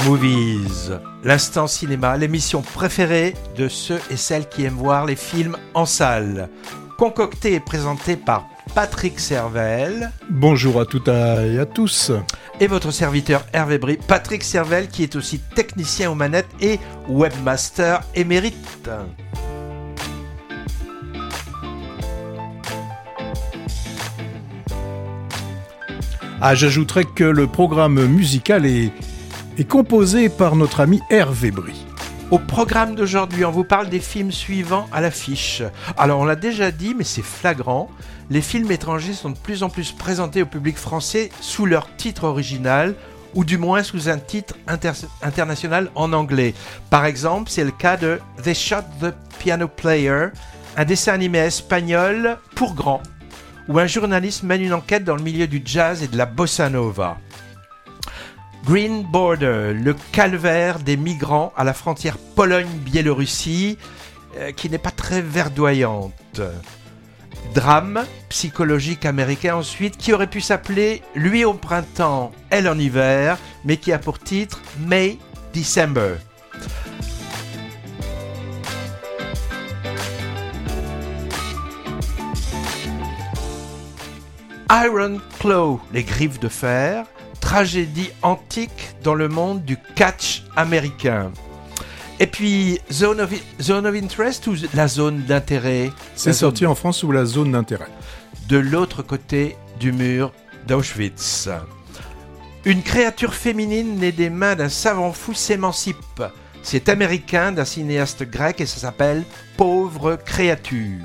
Movies, l'instant cinéma, l'émission préférée de ceux et celles qui aiment voir les films en salle. Concocté et présenté par Patrick Servel. Bonjour à toutes et à tous. Et votre serviteur Hervé Brie, Patrick Servel, qui est aussi technicien aux manettes et webmaster émérite. J'ajouterais que le programme musical est composé par notre ami Hervé Brie. Au programme d'aujourd'hui, on vous parle des films suivants à l'affiche. Alors, on l'a déjà dit, mais c'est flagrant. Les films étrangers sont de plus en plus présentés au public français sous leur titre original, ou du moins sous un titre international en anglais. Par exemple, c'est le cas de They Shot the Piano Player, un dessin animé espagnol pour grands, où un journaliste mène une enquête dans le milieu du jazz et de la bossa nova. Green Border, le calvaire des migrants à la frontière Pologne-Biélorussie, qui n'est pas très verdoyante. Drame psychologique américain ensuite, qui aurait pu s'appeler Lui au printemps, Elle en hiver, mais qui a pour titre May December. Iron Claw, les griffes de fer, tragédie antique dans le monde du catch américain. Et puis, Zone of Interest ou la zone d'intérêt? C'est sorti en France sous la zone d'intérêt. De l'autre côté du mur d'Auschwitz. Une créature féminine née des mains d'un savant fou s'émancipe. C'est américain d'un cinéaste grec et ça s'appelle Pauvre créature.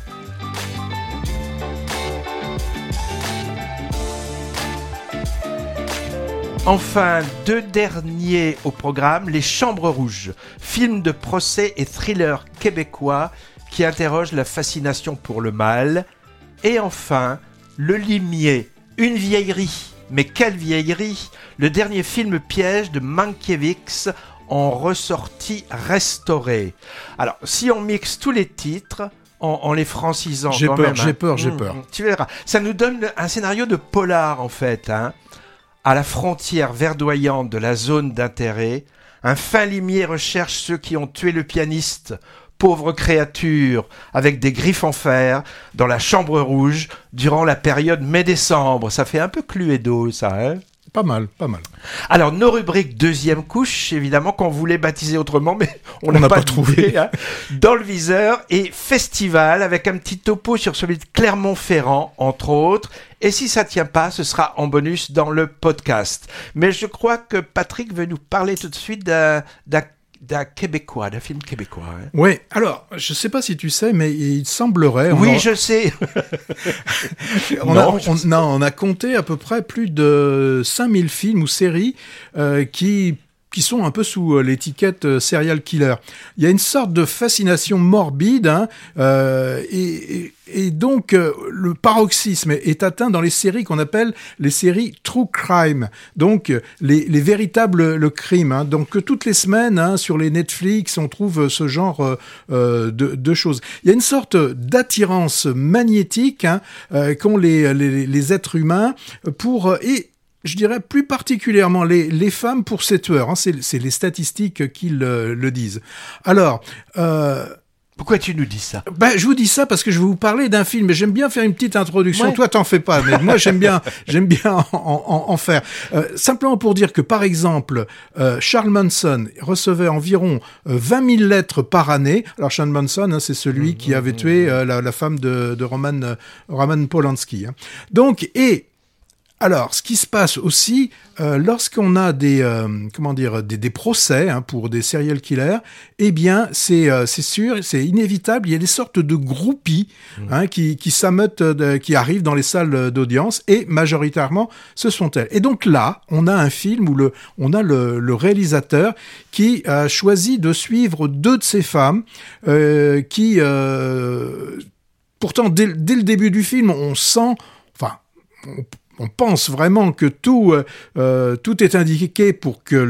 Enfin, deux derniers au programme, Les Chambres Rouges, film de procès et thriller québécois qui interroge la fascination pour le mal. Et enfin, Le Limier, une vieillerie, mais quelle vieillerie! Le dernier film piège de Mankiewicz en ressorti restauré. Alors, si on mixe tous les titres, en les francisant j'ai quand peur, même... J'ai peur. Tu verras, ça nous donne un scénario de polar en fait, hein. À la frontière verdoyante de la zone d'intérêt, un fin limier recherche ceux qui ont tué le pianiste, pauvre créature, avec des griffes en fer, dans la chambre rouge, durant la période mai-décembre. Ça fait un peu Cluedo, ça, hein? Pas mal. Alors, nos rubriques deuxième couche, évidemment, qu'on voulait baptiser autrement, mais on n'a pas trouvé. Hein, dans le viseur, et festival, avec un petit topo sur celui de Clermont-Ferrand, entre autres. Et si ça tient pas, ce sera en bonus dans le podcast. Mais je crois que Patrick veut nous parler tout de suite d'un Québécois, d'un film québécois. Hein. Oui, alors, je sais pas si tu sais, mais il semblerait... Je sais. On a compté à peu près plus de 5000 films ou séries qui sont un peu sous l'étiquette serial killer. Il y a une sorte de fascination morbide, hein, et donc le paroxysme est atteint dans les séries qu'on appelle les séries true crime, donc les véritables crimes. Hein. Donc toutes les semaines, hein, sur les Netflix, on trouve ce genre de choses. Il y a une sorte d'attirance magnétique, hein, qu'ont les êtres humains pour... Je dirais plus particulièrement les femmes pour ces tueurs. Hein, c'est les statistiques qui le disent. Alors... Pourquoi tu nous dis ça? Je vous dis ça parce que je vais vous parler d'un film. Mais j'aime bien faire une petite introduction. Ouais. Toi, t'en fais pas, mais moi, j'aime bien en faire. Simplement pour dire que, par exemple, Charles Manson recevait environ 20 000 lettres par année. Alors, Charles Manson, hein, c'est celui qui avait tué la femme de Roman Polanski. Hein. Donc, alors, ce qui se passe aussi, lorsqu'on a des procès, hein, pour des serial killers, eh bien, c'est sûr, c'est inévitable, il y a des sortes de groupies, hein, qui s'ameutent, qui arrivent dans les salles d'audience, et majoritairement, ce sont elles. Et donc là, on a un film où on a le réalisateur qui a choisi de suivre deux de ces femmes, qui, pourtant, dès le début du film, on sent, on pense vraiment que tout est indiqué pour que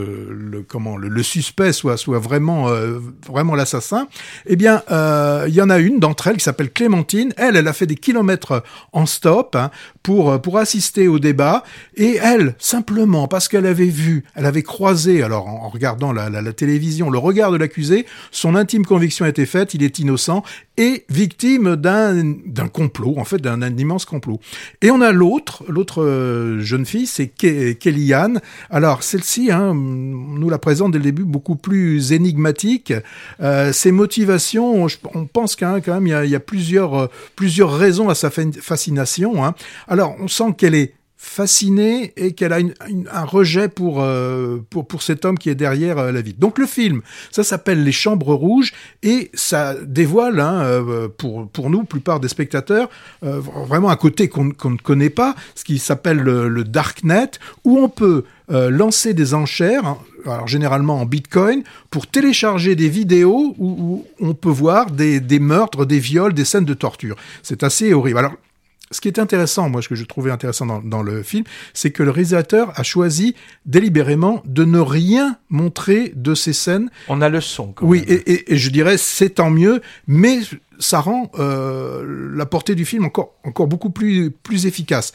le suspect soit vraiment l'assassin. Eh bien, il y en a une d'entre elles qui s'appelle Clémentine. Elle a fait des kilomètres en stop pour assister au débat. Et elle, simplement, parce qu'elle avait croisé, alors en regardant la télévision, le regard de l'accusé, son intime conviction a été faite, il est innocent et victime d'un complot, en fait, d'un immense complot. Et on a l'autre jeune fille, c'est Kellyanne. Alors, celle-ci, nous la présente dès le début beaucoup plus énigmatique. Ses motivations, on pense quand même, il y a plusieurs raisons à sa fascination. Alors, on sent qu'elle est fascinée et qu'elle a un rejet pour cet homme qui est derrière la vitre. Donc le film, ça s'appelle Les Chambres Rouges et ça dévoile pour nous, plupart des spectateurs, vraiment un côté qu'on ne connaît pas, ce qui s'appelle le Darknet, où on peut lancer des enchères, alors généralement en Bitcoin, pour télécharger des vidéos où on peut voir des meurtres, des viols, des scènes de torture. C'est assez horrible. Alors, ce qui est intéressant, moi, ce que je trouvais intéressant dans le film, c'est que le réalisateur a choisi délibérément de ne rien montrer de ces scènes. On a le son, quand même. Oui, et je dirais, c'est tant mieux, mais ça rend la portée du film encore beaucoup plus efficace.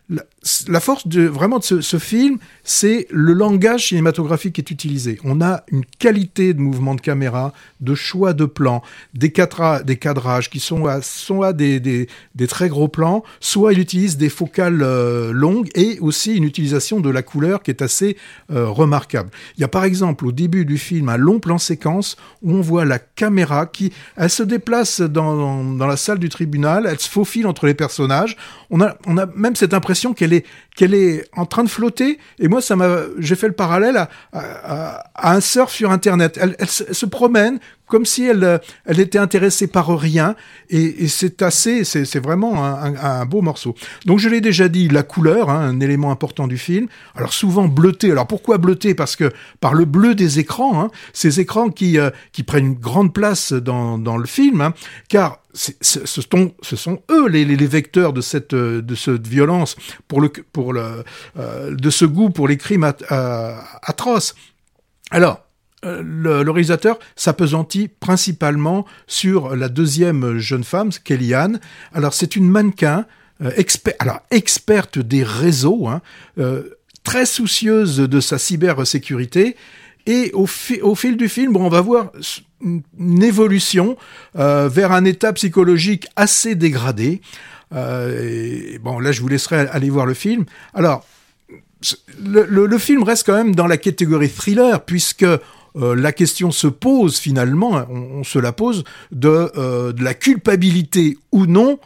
La force de ce film, c'est le langage cinématographique qui est utilisé. On a une qualité de mouvement de caméra, de choix de plans, des cadrages qui sont à des très gros plans, soit il utilise des focales longues et aussi une utilisation de la couleur qui est assez remarquable. Il y a par exemple au début du film un long plan séquence où on voit la caméra elle se déplace dans la salle du tribunal, elle se faufile entre les personnages. On a même cette impression qu'elle est en train de flotter, et moi j'ai fait le parallèle à un surf sur Internet. Elle se promène comme si elle était intéressée par rien, et c'est vraiment un beau morceau. Donc je l'ai déjà dit, la couleur, un élément important du film. Alors souvent bleuté. Alors pourquoi bleuté ? Parce que par le bleu des écrans, ces écrans qui prennent une grande place dans le film, car ce sont eux les vecteurs de cette violence, de ce goût pour les crimes atroces. Alors, le réalisateur s'appesantit principalement sur la deuxième jeune femme, Kellyanne. Alors, c'est une mannequin, experte des réseaux, très soucieuse de sa cybersécurité. Et au fil du film, on va voir une évolution vers un état psychologique assez dégradé. Là, je vous laisserai aller voir le film. Alors, le film reste quand même dans la catégorie thriller, puisque la question se pose finalement, on se la pose, de la culpabilité ou non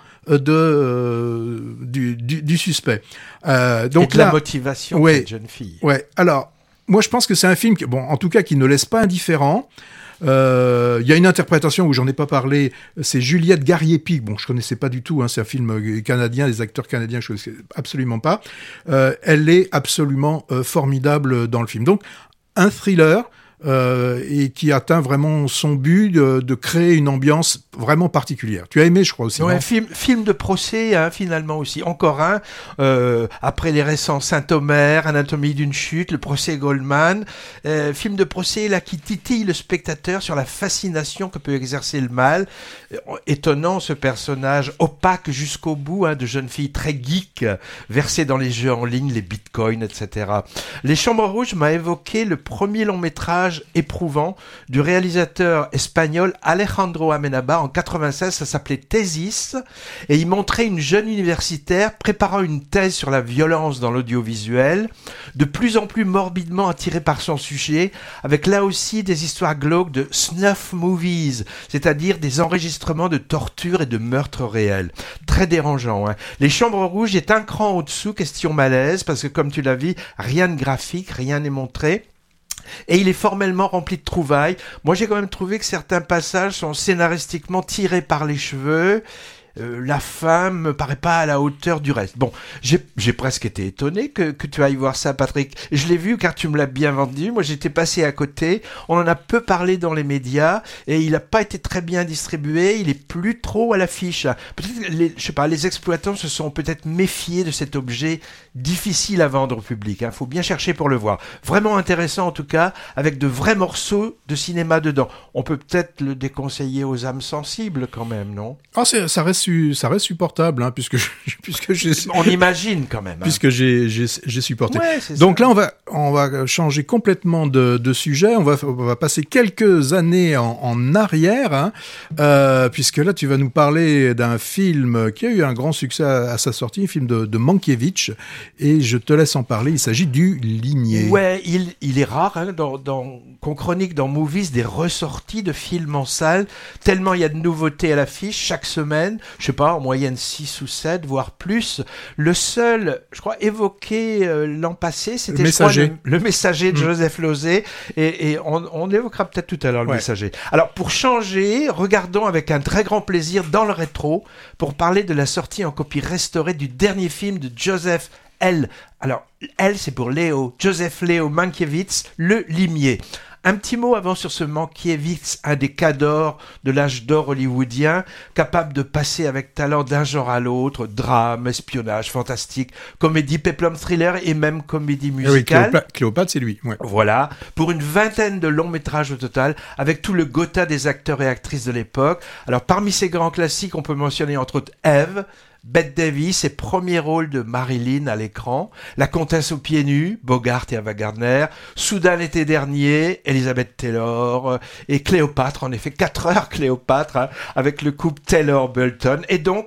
du suspect. Donc, et de la motivation de cette jeune fille. Ouais, alors, moi je pense que c'est un film en tout cas qui ne laisse pas indifférent. Il y a une interprétation où j'en ai pas parlé, c'est Juliette Garriépi. Je connaissais pas du tout, c'est un film canadien, des acteurs canadiens, je connaissais absolument pas. Elle est absolument formidable dans le film. Donc, un thriller et qui atteint vraiment son but de créer une ambiance vraiment particulière. Tu as aimé, je crois aussi. Ouais, film de procès, finalement aussi. Encore un, après les récents Saint-Omer, Anatomie d'une chute, le procès Goldman. Film de procès là qui titille le spectateur sur la fascination que peut exercer le mal. Étonnant ce personnage opaque jusqu'au bout, de jeune fille très geek, versée dans les jeux en ligne, les bitcoins, etc. Les Chambres Rouges m'a évoqué le premier long métrage éprouvant du réalisateur espagnol Alejandro Amenábar en 96, ça s'appelait Thésis, et il montrait une jeune universitaire préparant une thèse sur la violence dans l'audiovisuel, de plus en plus morbidement attirée par son sujet, avec là aussi des histoires glauques de snuff movies, c'est-à-dire des enregistrements de torture et de meurtres réels. Très dérangeant. Les Chambres Rouges est un cran au-dessous, question malaise, parce que comme tu l'as vu, rien de graphique, rien n'est montré. Et il est formellement rempli de trouvailles. Moi, j'ai quand même trouvé que certains passages sont scénaristiquement tirés par les cheveux. la fin me paraît pas à la hauteur du reste. Bon, j'ai presque été étonné que tu ailles voir ça, Patrick. Je l'ai vu car tu me l'as bien vendu. Moi, j'étais passé à côté. On en a peu parlé dans les médias et il n'a pas été très bien distribué. Il est plus trop à l'affiche. Peut-être, les exploitants se sont peut-être méfiés de cet objet difficile à vendre au public. Faut bien chercher pour le voir. Vraiment intéressant en tout cas, avec de vrais morceaux de cinéma dedans. On peut peut-être le déconseiller aux âmes sensibles quand même, non ? Ça reste supportable, puisque j'ai. On imagine quand même. Puisque j'ai supporté. Ouais, donc là, on va changer complètement de sujet. On va passer quelques années en arrière, puisque là, tu vas nous parler d'un film qui a eu un grand succès à sa sortie, un film de Mankiewicz, et je te laisse en parler. Il s'agit du Limier. Ouais, il est rare qu'on chronique dans Movies des ressorties de films en salle, tellement il y a de nouveautés à l'affiche chaque semaine, je sais pas, en moyenne 6 ou 7, voire plus. Le seul, je crois, évoqué l'an passé, c'était le Messager de Joseph Losey, et on évoquera peut-être tout à l'heure le Messager. Alors, pour changer, regardons avec un très grand plaisir dans le rétro, pour parler de la sortie en copie restaurée du dernier film de Joseph L. Alors, L, c'est pour Léo, Joseph Léo Mankiewicz, Le Limier. Un petit mot avant sur ce Mankiewicz, un des cadors de l'âge d'or hollywoodien, capable de passer avec talent d'un genre à l'autre, drame, espionnage, fantastique, comédie, peplum thriller et même comédie musicale. Oui, Cléopâtre, c'est lui. Ouais. Voilà, pour une vingtaine de longs métrages au total, avec tout le Gotha des acteurs et actrices de l'époque. Alors parmi ces grands classiques, on peut mentionner entre autres Eve, Bette Davis, ses premiers rôles de Marilyn à l'écran, La Comtesse aux pieds nus, Bogart et Ava Gardner, Soudain l'été dernier, Elizabeth Taylor et Cléopâtre, en effet 4 heures Cléopâtre, avec le couple Taylor-Burton et donc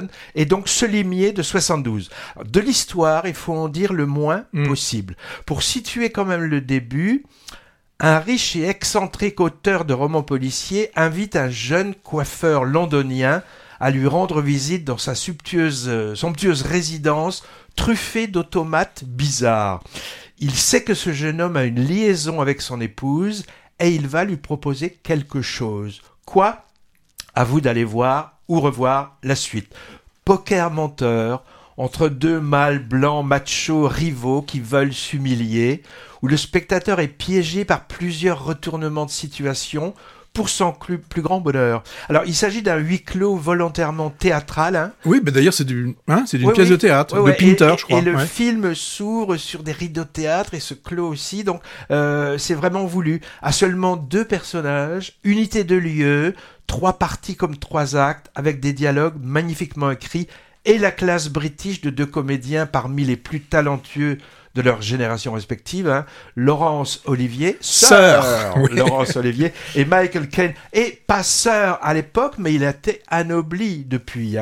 ce Limier de 72. Alors, de l'histoire, il faut en dire le moins possible. Pour situer quand même le début, un riche et excentrique auteur de romans policiers invite un jeune coiffeur londonien à lui rendre visite dans sa somptueuse résidence truffée d'automates bizarres. Il sait que ce jeune homme a une liaison avec son épouse et il va lui proposer quelque chose. Quoi ? À vous d'aller voir ou revoir la suite. Poker menteur entre deux mâles blancs machos rivaux qui veulent s'humilier, où le spectateur est piégé par plusieurs retournements de situation pour son plus grand bonheur. Alors, il s'agit d'un huis clos volontairement théâtral. Oui, mais d'ailleurs, c'est d'une pièce de théâtre, de Pinter, je crois. Et le film s'ouvre sur des rideaux de théâtre et se clôt aussi, donc c'est vraiment voulu. À seulement 2 personnages, unité de lieu, 3 parties comme 3 actes, avec des dialogues magnifiquement écrits, et la classe british de 2 comédiens parmi les plus talentueux de leur génération respective, Laurence Olivier, Laurence Olivier, et Michael Caine, et pas sœur à l'époque, mais il a été anobli depuis.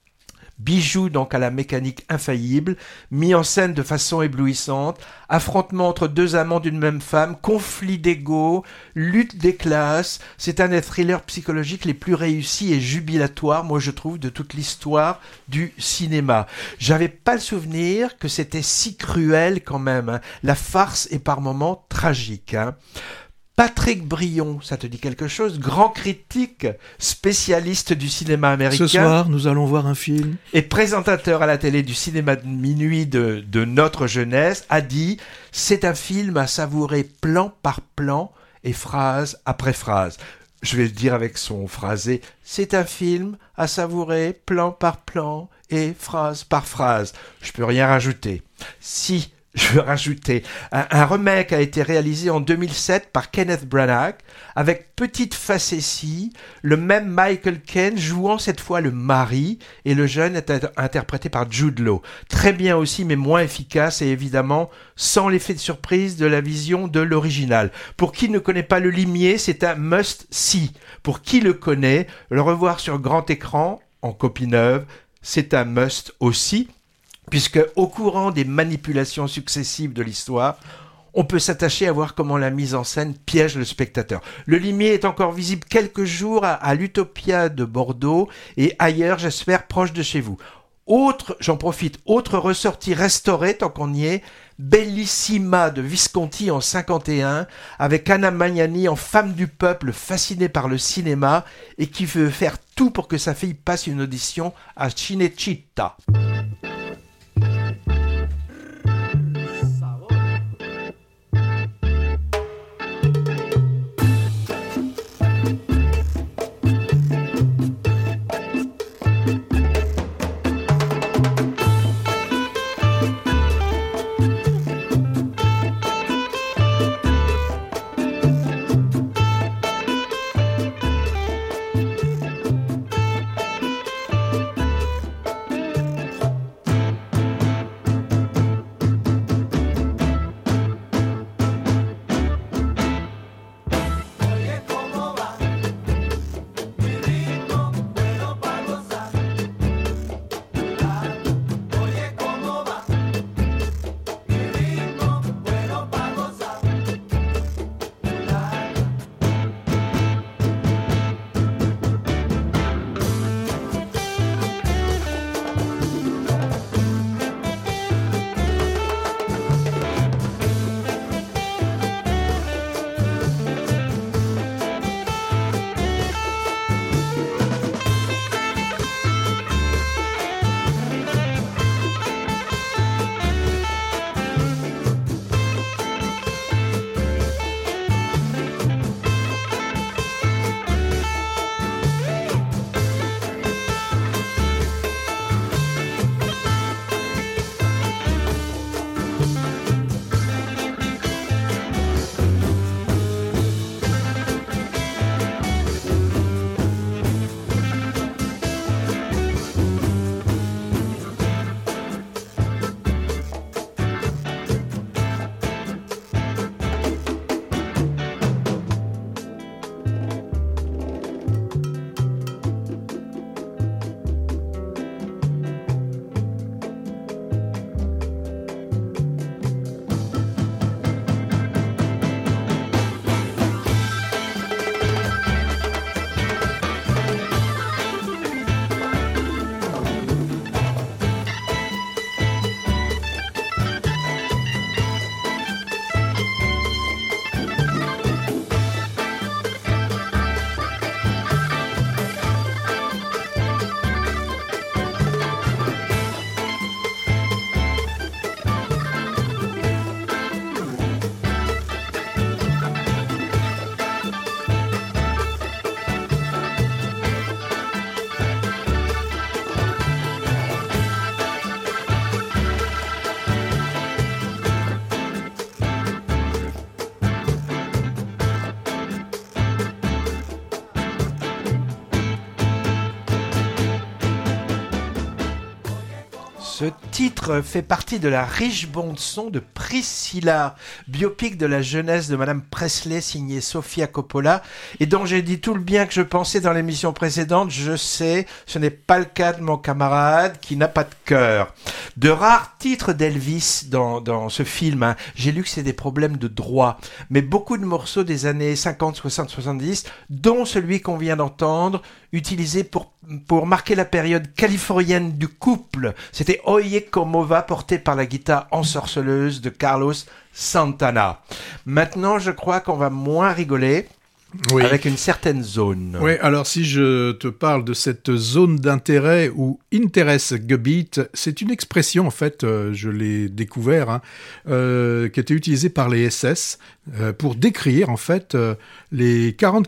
Bijou donc à la mécanique infaillible, mis en scène de façon éblouissante, affrontement entre 2 amants d'une même femme, conflit d'ego, lutte des classes. C'est un des thrillers psychologiques les plus réussis et jubilatoires, moi je trouve, de toute l'histoire du cinéma. J'avais pas le souvenir que c'était si cruel quand même. La farce est par moments tragique. Patrick Brion, ça te dit quelque chose ? Grand critique, spécialiste du cinéma américain. Ce soir, nous allons voir un film. Et présentateur à la télé du cinéma de minuit de notre jeunesse, a dit « C'est un film à savourer plan par plan et phrase après phrase ». Je vais le dire avec son phrasé « C'est un film à savourer plan par plan et phrase par phrase ». Je peux rien rajouter. Si, je veux rajouter, un remake a été réalisé en 2007 par Kenneth Branagh, avec petite facétie, le même Michael Caine jouant cette fois le mari, et le jeune est interprété par Jude Law. Très bien aussi, mais moins efficace, et évidemment, sans l'effet de surprise de la vision de l'original. Pour qui ne connaît pas Le Limier, c'est un must-see. Pour qui le connaît, le revoir sur grand écran, en copie neuve, c'est un must aussi, puisque au courant des manipulations successives de l'histoire, on peut s'attacher à voir comment la mise en scène piège le spectateur. Le Limier est encore visible quelques jours à l'Utopia de Bordeaux et ailleurs, j'espère, proche de chez vous. Autre ressortie restaurée, tant qu'on y est, Bellissima de Visconti en 51, avec Anna Magnani en femme du peuple fascinée par le cinéma et qui veut faire tout tout pour que sa fille passe une audition à Cinecittà. Ce titre fait partie de la riche bande-son de Priscilla, biopic de la jeunesse de Madame Presley signée Sofia Coppola, et dont j'ai dit tout le bien que je pensais dans l'émission précédente. Je sais, ce n'est pas le cas de mon camarade qui n'a pas de cœur. De rares titres d'Elvis dans ce film, hein. J'ai lu que c'est des problèmes de droit, mais beaucoup de morceaux des années 50, 60, 70, dont celui qu'on vient d'entendre, utilisé pour marquer la période californienne du couple. C'était Oye Como Va, porté par la guitare ensorceleuse de Carlos Santana. Maintenant, je crois qu'on va moins rigoler. Oui. Avec une certaine zone. Oui, alors si je te parle de cette zone d'intérêt ou Interessegebiet, c'est une expression, en fait, je l'ai découvert, qui était utilisée par les SS pour décrire, en fait, les 40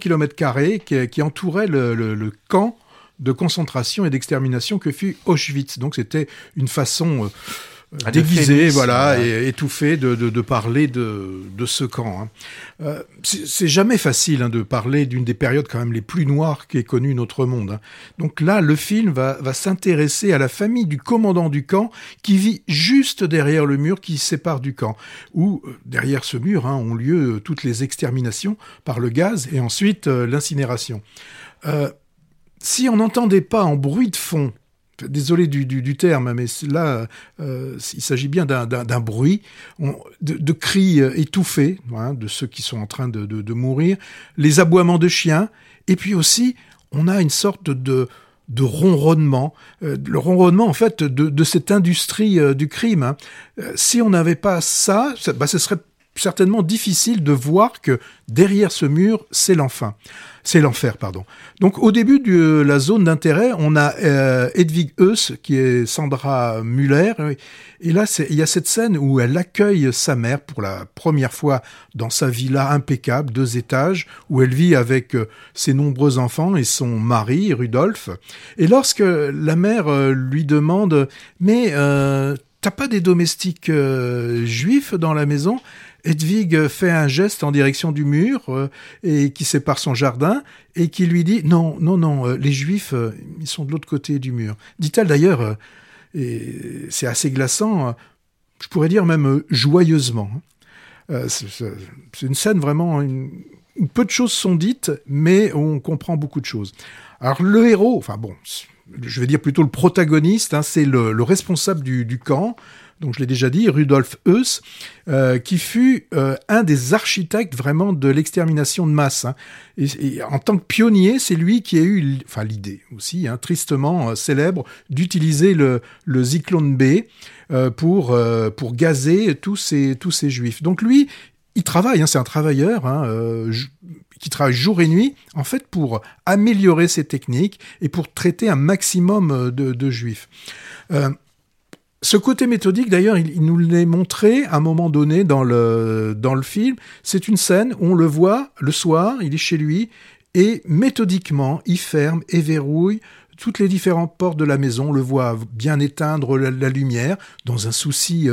km² qui entouraient le camp de concentration et d'extermination que fut Auschwitz. Donc c'était une façon déguisé, voilà, et étouffé de parler de ce camp. C'est jamais facile de parler d'une des périodes quand même les plus noires qu'ait connu notre monde. Donc là, le film va s'intéresser à la famille du commandant du camp qui vit juste derrière le mur qui sépare du camp, où derrière ce mur ont lieu toutes les exterminations par le gaz et ensuite l'incinération. Si on n'entendait pas en bruit de fond, désolé du terme, mais là, il s'agit bien d'un bruit, de cris étouffés, de ceux qui sont en train de mourir, les aboiements de chiens, et puis aussi, on a une sorte de ronronnement, le ronronnement, en fait, de cette industrie du crime. Si on n'avait pas ça, ce serait certainement difficile de voir que derrière ce mur, c'est l'enfer. Donc, au début de la zone d'intérêt, on a Hedwig Höss, qui est Sandra Müller. Et là, il y a cette scène où elle accueille sa mère pour la première fois dans sa villa impeccable, 2 étages, où elle vit avec ses nombreux enfants et son mari, Rudolf. Et lorsque la mère lui demande « Mais t'as pas des domestiques juifs dans la maison ?» Hedwig fait un geste en direction du mur et qui sépare son jardin et qui lui dit non, les Juifs, ils sont de l'autre côté du mur. Dit-elle d'ailleurs, et c'est assez glaçant, je pourrais dire même joyeusement. C'est une scène vraiment, peu de choses sont dites, mais on comprend beaucoup de choses. Alors le héros, je vais dire plutôt le protagoniste, c'est le responsable du camp. Donc je l'ai déjà dit, Rudolf Höss, qui fut un des architectes vraiment de l'extermination de masse. Et en tant que pionnier, c'est lui qui a eu l'idée aussi, tristement célèbre, d'utiliser le Zyklon B pour gazer tous ces juifs. Donc lui, il travaille, c'est un travailleur qui travaille jour et nuit, en fait, pour améliorer ses techniques et pour traiter un maximum de juifs. Ce côté méthodique, d'ailleurs, il nous l'est montré à un moment donné dans le film. C'est une scène où on le voit le soir, il est chez lui, et méthodiquement, il ferme et verrouille toutes les différentes portes de la maison. On le voit bien éteindre la lumière, dans un souci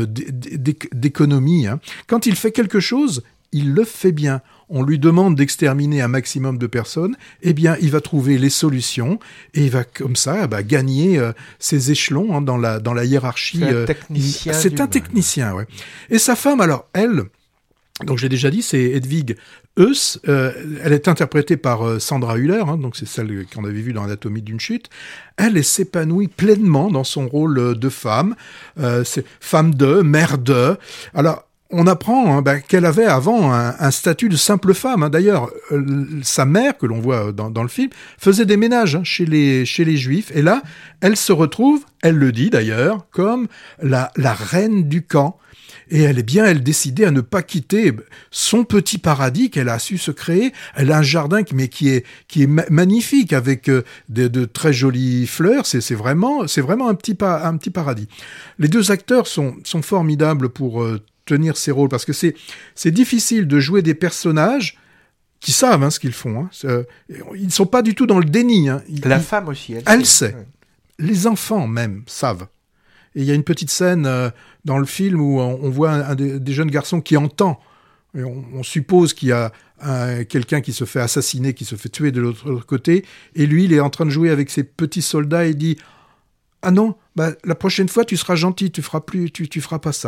d'économie. Quand il fait quelque chose, il le fait bien. On lui demande d'exterminer un maximum de personnes, eh bien, il va trouver les solutions et il va comme ça gagner ses échelons dans la hiérarchie. C'est un technicien. C'est un technicien, ouais. Et sa femme, alors, elle, donc j'ai déjà dit, c'est Hedwig Höss. Elle est interprétée par Sandra Hüller, donc c'est celle qu'on avait vue dans Anatomie d'une chute. Elle s'épanouit pleinement dans son rôle de femme. C'est femme de, mère de. Alors, on apprend qu'elle avait avant un statut de simple femme. D'ailleurs, sa mère, que l'on voit dans le film, faisait des ménages chez les Juifs. Et là, elle se retrouve, elle le dit d'ailleurs, comme la reine du camp. Et elle décidait à ne pas quitter son petit paradis qu'elle a su se créer. Elle a un jardin qui est magnifique avec de très jolies fleurs. C'est vraiment un petit paradis. Les 2 acteurs sont formidables pour tenir ces rôles, parce que c'est difficile de jouer des personnages qui savent ce qu'ils font. Ils ne sont pas du tout dans le déni. La femme aussi, elle sait. Ouais. Les enfants même savent. Et il y a une petite scène dans le film où on voit des jeunes garçons qui entend. Et on suppose qu'il y a quelqu'un qui se fait assassiner, qui se fait tuer de l'autre côté, et lui, il est en train de jouer avec ses petits soldats et dit « Ah non, la prochaine fois, tu seras gentil, tu feras pas ça. »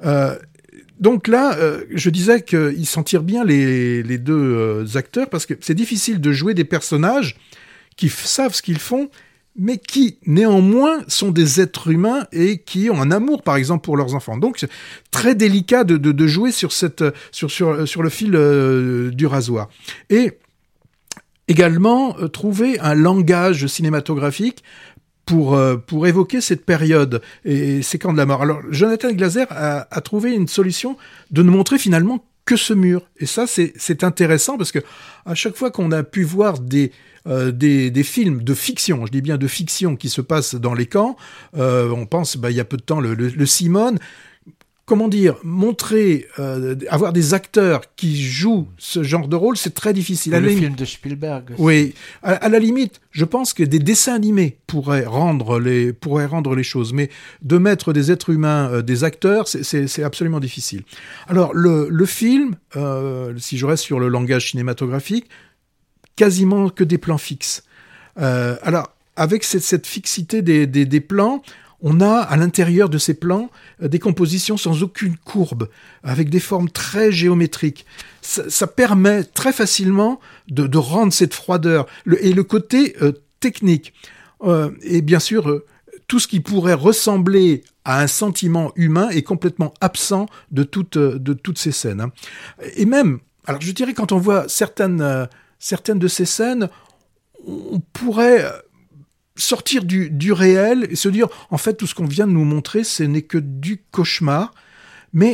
Donc là, je disais qu'ils s'en tirent bien les 2 acteurs, parce que c'est difficile de jouer des personnages qui savent ce qu'ils font, mais qui, néanmoins, sont des êtres humains et qui ont un amour, par exemple, pour leurs enfants. Donc, c'est très délicat de jouer sur le fil du rasoir. Et également, trouver un langage cinématographique pour évoquer cette période et ces camps de la mort. Alors, Jonathan Glaser a trouvé une solution de ne montrer finalement que ce mur. Et ça, c'est intéressant parce que à chaque fois qu'on a pu voir des films de fiction, je dis bien de fiction, qui se passent dans les camps, on pense, il y a peu de temps, le Simone. Comment dire, montrer, avoir des acteurs qui jouent ce genre de rôle, c'est très difficile. Le film de Spielberg aussi. Oui, à la limite, je pense que des dessins animés pourraient rendre les choses, mais de mettre des êtres humains, des acteurs, c'est absolument difficile. Alors, le film, si je reste sur le langage cinématographique, quasiment que des plans fixes. Alors, avec cette fixité des plans, on a à l'intérieur de ces plans des compositions sans aucune courbe, avec des formes très géométriques. Ça permet très facilement de rendre cette froideur. Et le côté technique. Et bien sûr, tout ce qui pourrait ressembler à un sentiment humain est complètement absent de toutes ces scènes. Et même, alors je dirais quand on voit certaines de ces scènes, on pourrait sortir du réel et se dire, en fait, tout ce qu'on vient de nous montrer, ce n'est que du cauchemar. Mais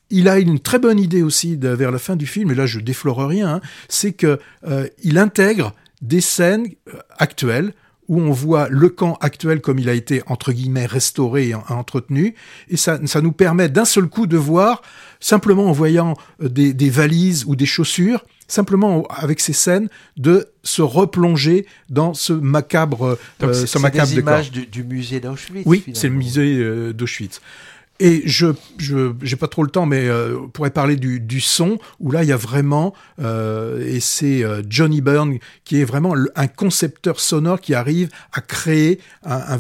il a une très bonne idée aussi vers la fin du film, et là je déflore rien, hein, c'est que il intègre des scènes actuelles où on voit le camp actuel comme il a été, entre guillemets, restauré et entretenu. Et ça nous permet d'un seul coup de voir, simplement en voyant des valises ou des chaussures, simplement avec ces scènes, de se replonger dans ce macabre Donc ce macabre des décor. images du musée d'Auschwitz. Oui, finalement. c'est le musée d'Auschwitz. Et j'ai pas trop le temps, mais on pourrait parler du son, où là il y a vraiment et c'est Johnny Byrne qui est vraiment un concepteur sonore qui arrive à créer une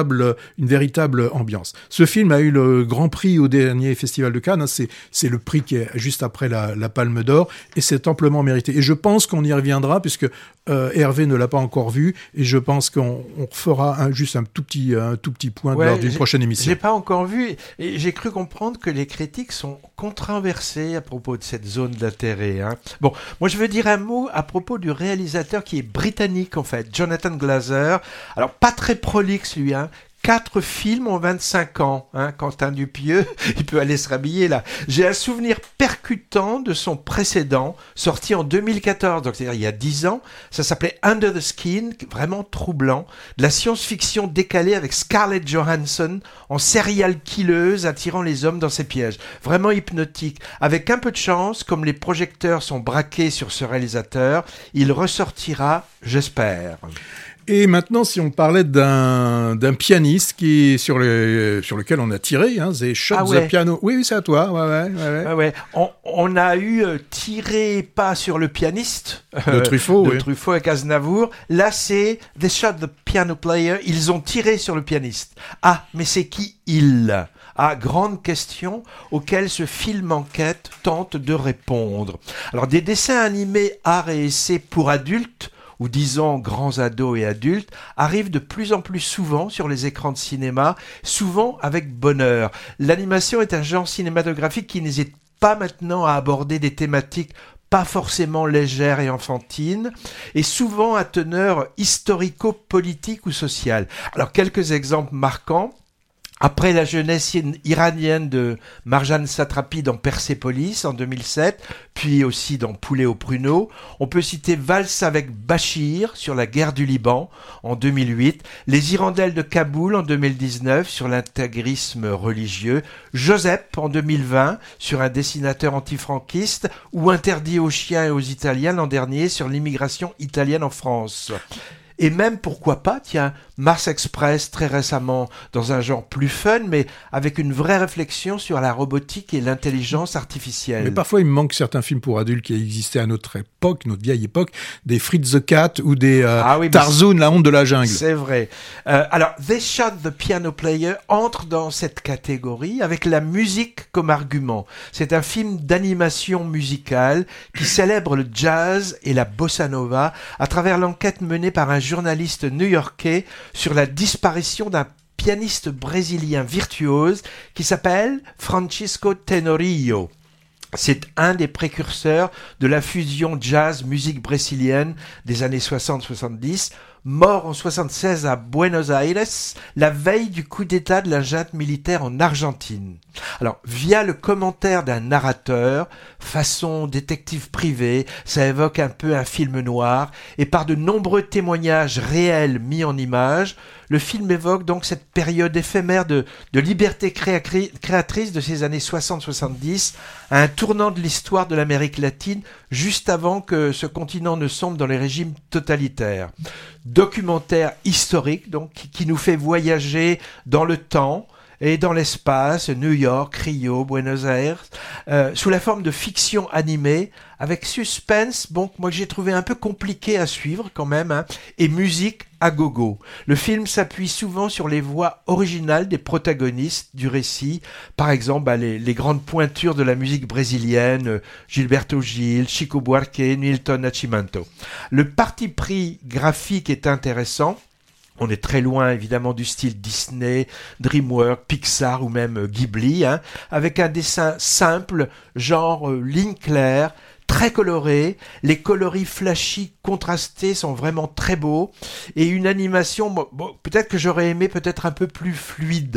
véritable ambiance. Ce film a eu le Grand Prix au dernier Festival de Cannes, hein, c'est le prix qui est juste après la Palme d'Or, et c'est amplement mérité. Et je pense qu'on y reviendra puisque Hervé ne l'a pas encore vu, et je pense qu'on fera juste un tout petit point lors d'une prochaine émission. J'ai pas encore vu. Et j'ai cru comprendre que les critiques sont controversées à propos de cette zone d'intérêt. Hein. Bon, moi je veux dire un mot à propos du réalisateur qui est britannique en fait, Jonathan Glazer. Alors pas très prolixe lui, hein. 4 films en 25 ans. Hein. Quentin Dupieux, il peut aller se rhabiller là. J'ai un souvenir percutant de son précédent, sorti en 2014, donc c'est-à-dire il y a 10 ans. Ça s'appelait Under the Skin, vraiment troublant. De la science-fiction décalée avec Scarlett Johansson en serial killeuse attirant les hommes dans ses pièges. Vraiment hypnotique. Avec un peu de chance, comme les projecteurs sont braqués sur ce réalisateur, il ressortira, j'espère. Et maintenant, si on parlait d'un pianiste sur lequel on a tiré, hein, The Shot the Piano. Oui, c'est à toi. Ouais. On a eu tiré pas sur le pianiste de Truffaut, Truffaut avec Aznavour. Là, c'est The Shot the Piano Player. Ils ont tiré sur le pianiste. Ah, mais c'est qui il ? Ah, grande question auquel ce film enquête tente de répondre. Alors, des dessins animés art et essai pour adultes, ou disons grands ados et adultes, arrivent de plus en plus souvent sur les écrans de cinéma, souvent avec bonheur. L'animation est un genre cinématographique qui n'hésite pas maintenant à aborder des thématiques pas forcément légères et enfantines, et souvent à teneur historico-politique ou sociale. Alors, quelques exemples marquants. Après la jeunesse iranienne de Marjane Satrapi dans Persépolis en 2007, puis aussi dans Poulet au pruneau, on peut citer Valse avec Bachir sur la guerre du Liban en 2008, Les Hirondelles de Kaboul en 2019 sur l'intégrisme religieux, Joseph en 2020 sur un dessinateur antifranquiste, ou Interdit aux chiens et aux Italiens l'an dernier sur l'immigration italienne en France. Et même, pourquoi pas, Mars Express très récemment dans un genre plus fun, mais avec une vraie réflexion sur la robotique et l'intelligence artificielle. Mais parfois, il me manque certains films pour adultes qui existaient à notre époque, notre vieille époque, des Fritz the Cat ou des Tarzoun, la honte de la jungle. C'est vrai. Alors, They Shot the Piano Player entre dans cette catégorie avec la musique comme argument. C'est un film d'animation musicale qui célèbre le jazz et la bossa nova à travers l'enquête menée par un journaliste new-yorkais sur la disparition d'un pianiste brésilien virtuose qui s'appelle Francisco Tenorio. C'est un des précurseurs de la fusion jazz-musique brésilienne des années 60-70, mort en 76 à Buenos Aires, la veille du coup d'état de la junte militaire en Argentine. Alors, via le commentaire d'un narrateur, façon détective privé, ça évoque un peu un film noir, et par de nombreux témoignages réels mis en images, le film évoque donc cette période éphémère de liberté créatrice de ces années 60-70, à un tournant de l'histoire de l'Amérique latine, juste avant que ce continent ne sombre dans les régimes totalitaires. Documentaire historique, donc, qui nous fait voyager dans le temps et dans l'espace, New York, Rio, Buenos Aires, sous la forme de fiction animée, avec suspense, bon, moi j'ai trouvé un peu compliqué à suivre quand même, hein, et musique à gogo. Le film s'appuie souvent sur les voix originales des protagonistes du récit, par exemple les grandes pointures de la musique brésilienne, Gilberto Gil, Chico Buarque, Milton Nascimento. Le parti pris graphique est intéressant. On est très loin évidemment du style Disney, DreamWorks, Pixar ou même Ghibli, hein, avec un dessin simple, genre ligne claire, très coloré, les coloris flashy contrastés sont vraiment très beaux, et une animation, peut-être que j'aurais aimé peut-être un peu plus fluide.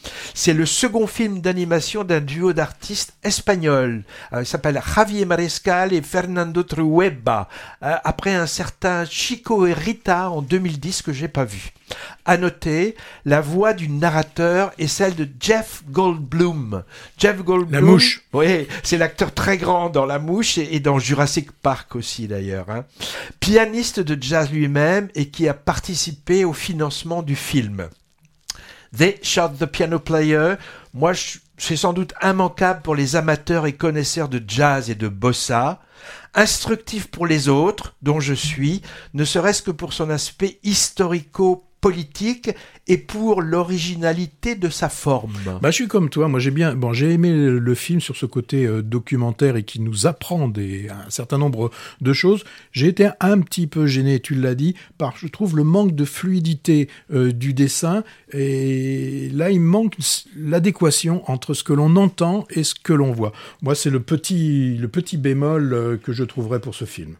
C'est le second film d'animation d'un duo d'artistes espagnols. Il s'appelle Javier Mariscal et Fernando Trueba, après un certain Chico et Rita en 2010 que j'ai pas vu. À noter, la voix du narrateur est celle de Jeff Goldblum. Jeff Goldblum, La Mouche. Oui, c'est l'acteur très grand dans La Mouche et dans Jurassic Park aussi d'ailleurs. Pianiste de jazz lui-même et qui a participé au financement du film. They Shot the Piano Player, moi c'est sans doute immanquable pour les amateurs et connaisseurs de jazz et de bossa, instructif pour les autres, dont je suis, ne serait-ce que pour son aspect historico-politique et pour l'originalité de sa forme. Je suis comme toi, moi j'ai aimé le film sur ce côté documentaire et qui nous apprend un certain nombre de choses. J'ai été un petit peu gêné, tu l'as dit, par, je trouve, le manque de fluidité du dessin, et là il manque l'adéquation entre ce que l'on entend et ce que l'on voit. Moi c'est le petit bémol que je trouverais pour ce film.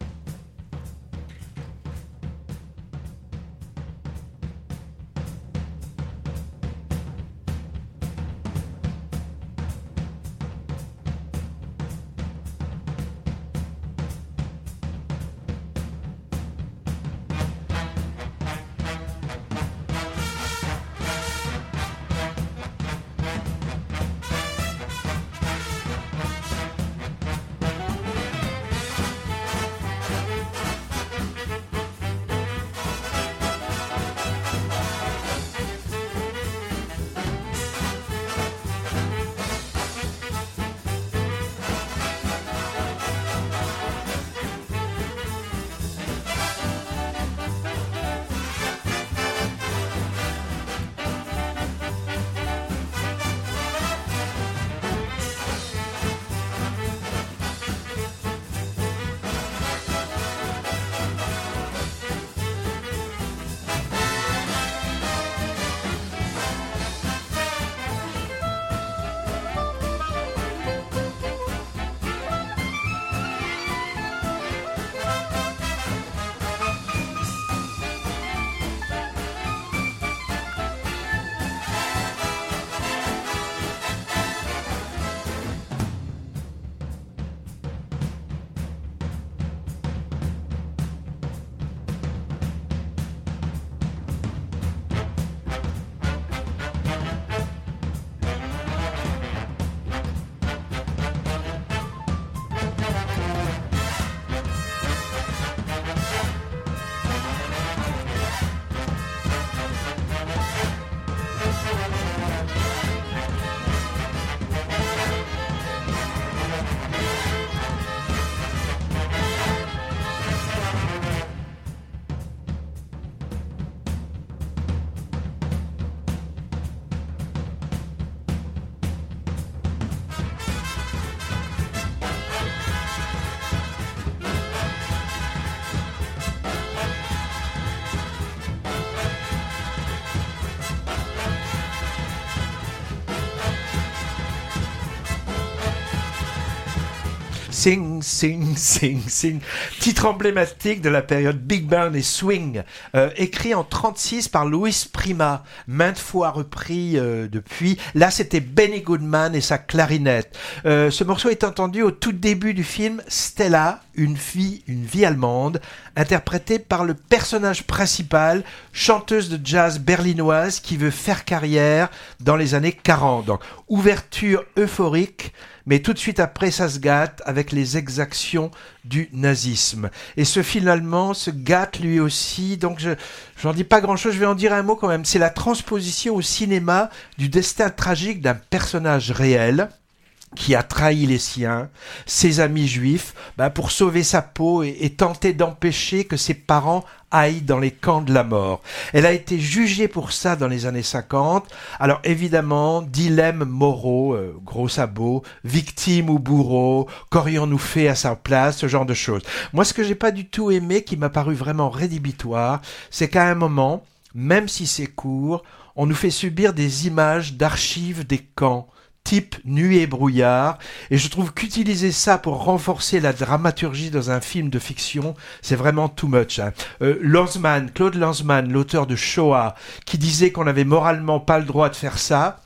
Sing, sing, sing, sing. Titre emblématique de la période Big Band et Swing, écrit en 1936 par Louis Prima, maintes fois repris depuis. Là, c'était Benny Goodman et sa clarinette. Ce morceau est entendu au tout début du film Stella, une vie allemande, interprétée par le personnage principal, chanteuse de jazz berlinoise qui veut faire carrière dans les années 40. Donc, ouverture euphorique, mais tout de suite après, ça se gâte avec les exactions du nazisme. Et ce film allemand se gâte lui aussi, donc j'en dis pas grand-chose, je vais en dire un mot quand même. C'est la transposition au cinéma du destin tragique d'un personnage réel qui a trahi les siens, ses amis juifs, pour sauver sa peau et tenter d'empêcher que ses parents aillent dans les camps de la mort. Elle a été jugée pour ça dans les années 50. Alors évidemment, dilemme moraux, gros sabots, victime ou bourreau, qu'aurions-nous fait à sa place, ce genre de choses. Moi, ce que j'ai pas du tout aimé, qui m'a paru vraiment rédhibitoire, c'est qu'à un moment, même si c'est court, on nous fait subir des images d'archives des camps, type Nuit et brouillard, et je trouve qu'utiliser ça pour renforcer la dramaturgie dans un film de fiction, c'est vraiment too much. Claude Lanzmann, l'auteur de Shoah, qui disait qu'on n'avait moralement pas le droit de faire ça,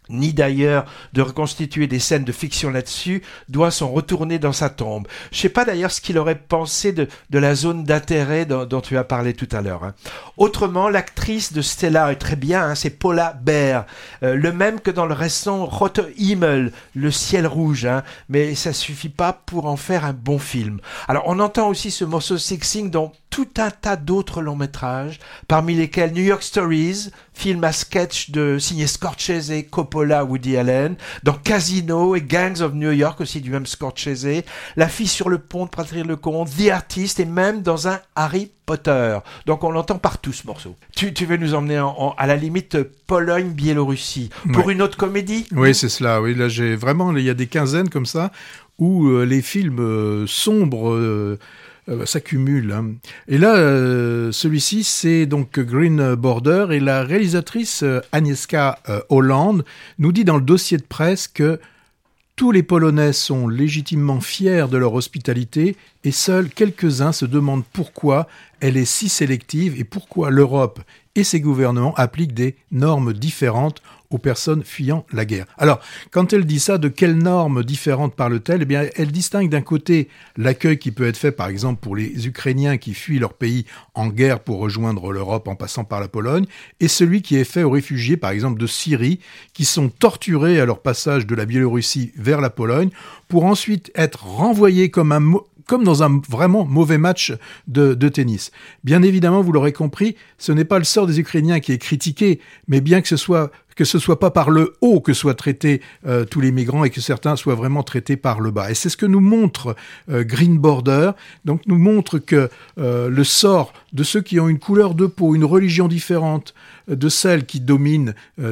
ni d'ailleurs de reconstituer des scènes de fiction là-dessus, doit s'en retourner dans sa tombe. Je sais pas d'ailleurs ce qu'il aurait pensé de la zone d'intérêt dont tu as parlé tout à l'heure. Autrement, l'actrice de Stella est très bien, c'est Paula Beer, le même que dans le récent Rote Himmel, le ciel rouge, mais ça suffit pas pour en faire un bon film. Alors on entend aussi ce morceau Sing dans tout un tas d'autres longs métrages, parmi lesquels New York Stories, film à sketch signé Scorsese, Coppola, Woody Allen, dans Casino et Gangs of New York aussi du même Scorsese, La fille sur le pont de Patrick Lecomte, The Artist et même dans un Harry Potter. Donc on l'entend partout ce morceau. Tu veux nous emmener à la limite Pologne-Biélorussie pour une autre comédie? Oui, c'est cela. Oui, là il y a des quinzaines comme ça où les films sombres s'accumulent. Et là, celui-ci, c'est donc Green Border, et la réalisatrice Agnieszka Holland nous dit dans le dossier de presse que tous les Polonais sont légitimement fiers de leur hospitalité et seuls quelques-uns se demandent pourquoi elle est si sélective et pourquoi l'Europe et ses gouvernements appliquent des normes différentes aux personnes fuyant la guerre. Alors, quand elle dit ça, de quelles normes différentes parle-t-elle ? Eh bien, elle distingue d'un côté l'accueil qui peut être fait, par exemple, pour les Ukrainiens qui fuient leur pays en guerre pour rejoindre l'Europe en passant par la Pologne, et celui qui est fait aux réfugiés, par exemple, de Syrie, qui sont torturés à leur passage de la Biélorussie vers la Pologne, pour ensuite être renvoyés comme dans un vraiment mauvais match de tennis. Bien évidemment, vous l'aurez compris, ce n'est pas le sort des Ukrainiens qui est critiqué, mais bien que ce soit pas par le haut que soient traités tous les migrants et que certains soient vraiment traités par le bas. Et c'est ce que nous montre Green Border. Donc nous montre que le sort de ceux qui ont une couleur de peau, une religion différente de celle qui domine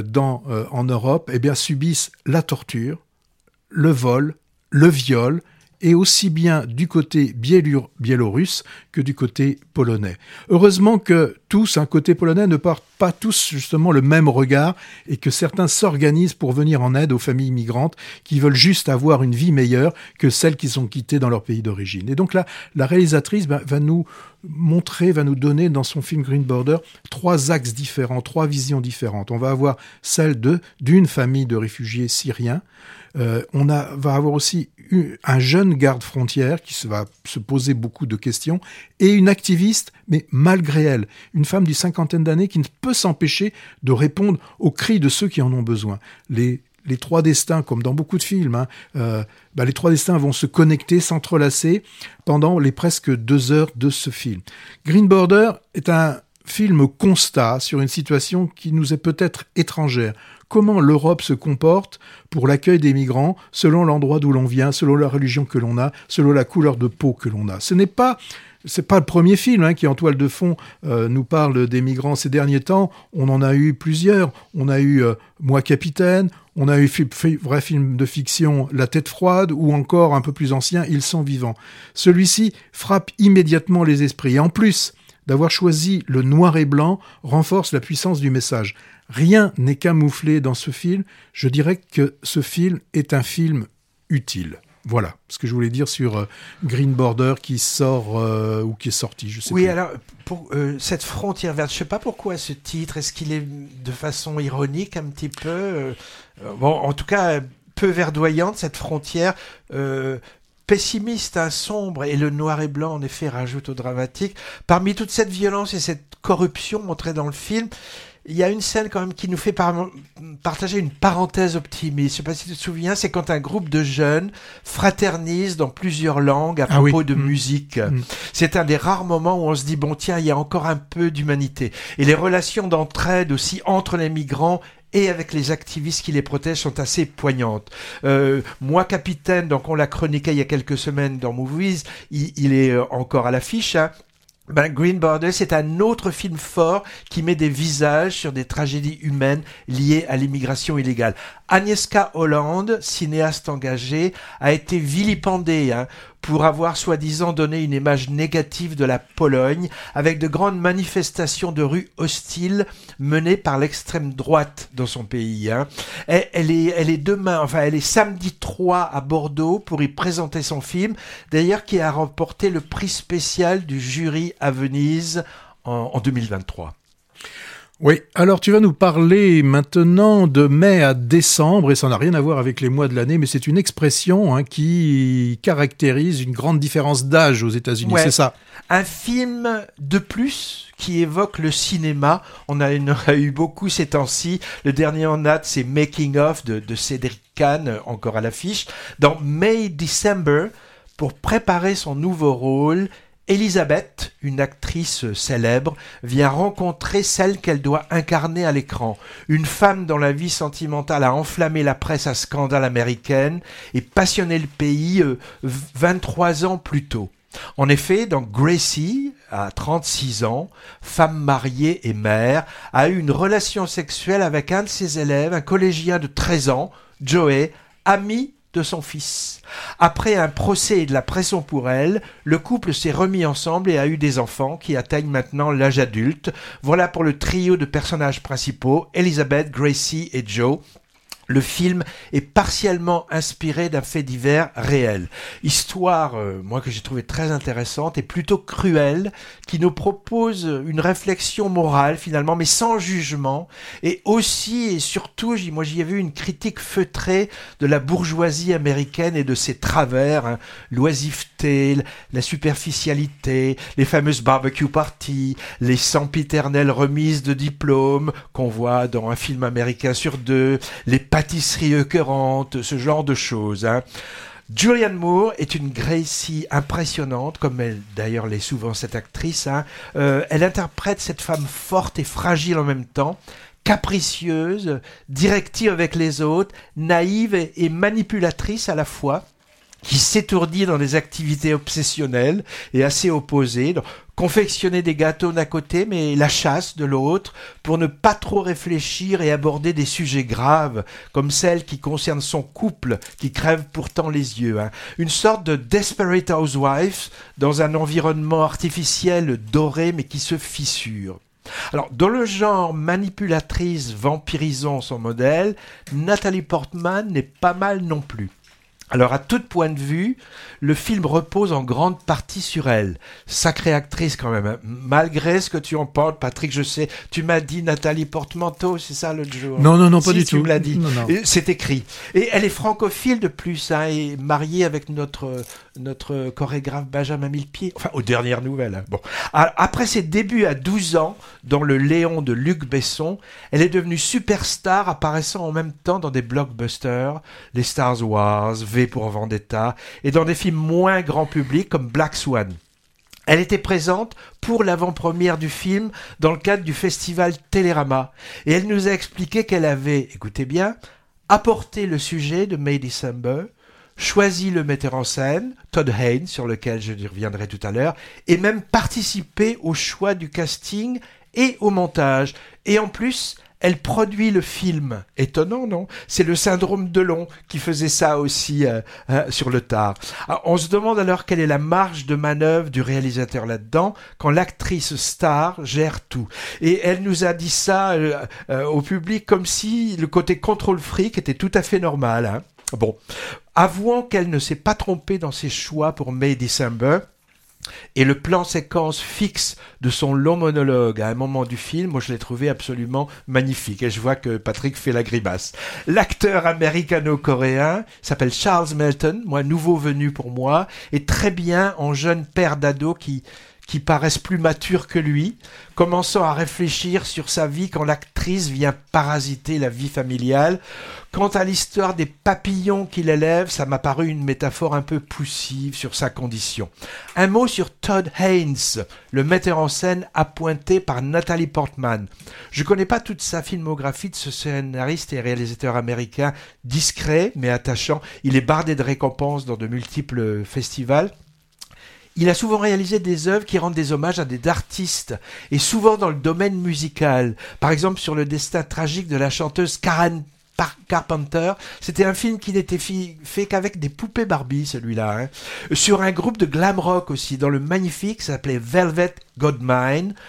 en Europe, eh bien subissent la torture, le vol, le viol, et aussi bien du côté biélorusse que du côté polonais. Heureusement que tous, côté polonais, ne portent pas tous justement le même regard et que certains s'organisent pour venir en aide aux familles migrantes qui veulent juste avoir une vie meilleure que celles qui sont quittées dans leur pays d'origine. Et donc là, la réalisatrice va nous donner dans son film Green Border 3 axes différents, 3 visions différentes. On va avoir celle d'une famille de réfugiés syriens. On va avoir aussi un jeune garde-frontière qui va se poser beaucoup de questions et une activiste, mais malgré elle, une femme d'une 50aine d'années qui ne peut s'empêcher de répondre aux cris de ceux qui en ont besoin. Les 3 destins, comme dans beaucoup de films, les 3 destins vont se connecter, s'entrelacer pendant les presque 2 heures de ce film. Green Border est un film constat sur une situation qui nous est peut-être étrangère. Comment l'Europe se comporte pour l'accueil des migrants selon l'endroit d'où l'on vient, selon la religion que l'on a, selon la couleur de peau que l'on a. C'est pas le premier film qui, en toile de fond, nous parle des migrants ces derniers temps. On en a eu plusieurs. On a eu Moi Capitaine, on a eu vrai film de fiction La Tête Froide, ou encore un peu plus ancien Ils sont vivants. Celui-ci frappe immédiatement les esprits. Et en plus d'avoir choisi le noir et blanc, renforce la puissance du message. Rien n'est camouflé dans ce film. Je dirais que ce film est un film utile. Voilà ce que je voulais dire sur Green Border qui sort ou qui est sorti, je sais plus. Oui, alors pour cette frontière verte, je sais pas pourquoi ce titre. Est-ce qu'il est de façon ironique un petit peu en tout cas peu verdoyante cette frontière. Pessimiste, sombre, et le noir et blanc en effet rajoute au dramatique. Parmi toute cette violence et cette corruption montrée dans le film, il y a une scène quand même qui nous fait partager une parenthèse optimiste. Je ne sais pas si tu te souviens, c'est quand un groupe de jeunes fraternise dans plusieurs langues à propos de musique. C'est un des rares moments où on se dit, bon tiens, il y a encore un peu d'humanité. Et les relations d'entraide aussi entre les migrants et avec les activistes qui les protègent sont assez poignantes. Moi, Capitaine, donc on l'a chroniqué il y a quelques semaines dans Movies, il est encore à l'affiche. Green Border, c'est un autre film fort qui met des visages sur des tragédies humaines liées à l'immigration illégale. Agnieszka Holland, cinéaste engagée, a été vilipendée pour avoir soi-disant donné une image négative de la Pologne, avec de grandes manifestations de rue hostiles menées par l'extrême droite dans son pays. Elle est samedi 3 à Bordeaux pour y présenter son film, d'ailleurs qui a remporté le prix spécial du jury à Venise en 2023. Oui, alors tu vas nous parler maintenant de mai à décembre, et ça n'a rien à voir avec les mois de l'année, mais c'est une expression qui caractérise une grande différence d'âge aux États-Unis, Ouais. c'est ça? Un film de plus qui évoque le cinéma. On en a eu beaucoup ces temps-ci. Le dernier en date, c'est Making of de Cédric Kahn, encore à l'affiche. Dans May December, pour préparer son nouveau rôle, Elizabeth, une actrice célèbre, vient rencontrer celle qu'elle doit incarner à l'écran. Une femme dont la vie sentimentale a enflammé la presse à scandale américaine et passionné le pays 23 ans plus tôt. En effet, dans Gracie, à 36 ans, femme mariée et mère, a eu une relation sexuelle avec un de ses élèves, un collégien de 13 ans, Joey, ami de son fils. Après un procès et de la pression pour elle, le couple s'est remis ensemble et a eu des enfants qui atteignent maintenant l'âge adulte. Voilà pour le trio de personnages principaux, Elizabeth, Gracie et Joe. Le film est partiellement inspiré d'un fait divers réel. Histoire, moi que j'ai trouvé très intéressante et plutôt cruelle, qui nous propose une réflexion morale finalement, mais sans jugement, et aussi et surtout, moi j'y ai vu une critique feutrée de la bourgeoisie américaine et de ses travers, l'oisiveté, la superficialité, les fameuses barbecue parties, les sempiternelles remises de diplômes qu'on voit dans un film américain sur deux, les pâtisseries écœurantes, ce genre de choses. Julianne Moore est une Gracie impressionnante, comme elle d'ailleurs l'est souvent cette actrice. Elle interprète cette femme forte et fragile en même temps, capricieuse, directive avec les autres, naïve et manipulatrice à la fois, qui s'étourdit dans des activités obsessionnelles et assez opposées, confectionner des gâteaux d'un côté mais la chasse de l'autre, pour ne pas trop réfléchir et aborder des sujets graves comme celles qui concernent son couple qui crève pourtant les yeux. Une sorte de Desperate Housewives dans un environnement artificiel doré mais qui se fissure. Alors, dans le genre manipulatrice vampirisant son modèle, Nathalie Portman n'est pas mal non plus. Alors, à tout point de vue, le film repose en grande partie sur elle. Sacrée actrice quand même, malgré ce que tu en penses, Patrick, je sais. Tu m'as dit Nathalie Portmanteau, c'est ça l'autre jour? Non, pas du tout. Tu me l'as dit. Non. C'est écrit. Et elle est francophile de plus, et mariée avec notre chorégraphe Benjamin Millepied. Enfin, aux dernières nouvelles. Bon. Après ses débuts à 12 ans, dans Le Léon de Luc Besson, elle est devenue superstar, apparaissant en même temps dans des blockbusters, les Star Wars, V pour Vendetta, et dans des films moins grand public comme Black Swan. Elle était présente pour l'avant-première du film dans le cadre du festival Télérama, et elle nous a expliqué qu'elle avait, écoutez bien, apporté le sujet de May December, choisi le metteur en scène, Todd Haynes, sur lequel je reviendrai tout à l'heure, et même participé au choix du casting et au montage. Et en plus, elle produit le film. Étonnant, non? C'est le syndrome Delon qui faisait ça aussi sur le tard. Alors, on se demande alors quelle est la marge de manœuvre du réalisateur là-dedans quand l'actrice star gère tout. Et elle nous a dit ça au public comme si le côté contrôle fric était tout à fait normal. Bon, avouons qu'elle ne s'est pas trompée dans ses choix pour May December. Et le plan séquence fixe de son long monologue à un moment du film, moi je l'ai trouvé absolument magnifique. Et je vois que Patrick fait la grimace. L'acteur américano-coréen s'appelle Charles Melton, nouveau venu pour moi, est très bien en jeune père d'ado qui paraissent plus matures que lui, commençant à réfléchir sur sa vie quand l'actrice vient parasiter la vie familiale. Quant à l'histoire des papillons qu'il élève, ça m'a paru une métaphore un peu poussive sur sa condition. Un mot sur Todd Haynes, le metteur en scène appointé par Nathalie Portman. Je ne connais pas toute sa filmographie de ce scénariste et réalisateur américain discret mais attachant. Il est bardé de récompenses dans de multiples festivals. Il a souvent réalisé des œuvres qui rendent des hommages à des artistes, et souvent dans le domaine musical. Par exemple, sur le destin tragique de la chanteuse Karen Carpenter, c'était un film qui n'était fait qu'avec des poupées Barbie, celui-là. Sur un groupe de glam rock aussi, dans le magnifique, ça s'appelait Velvet Goldmine,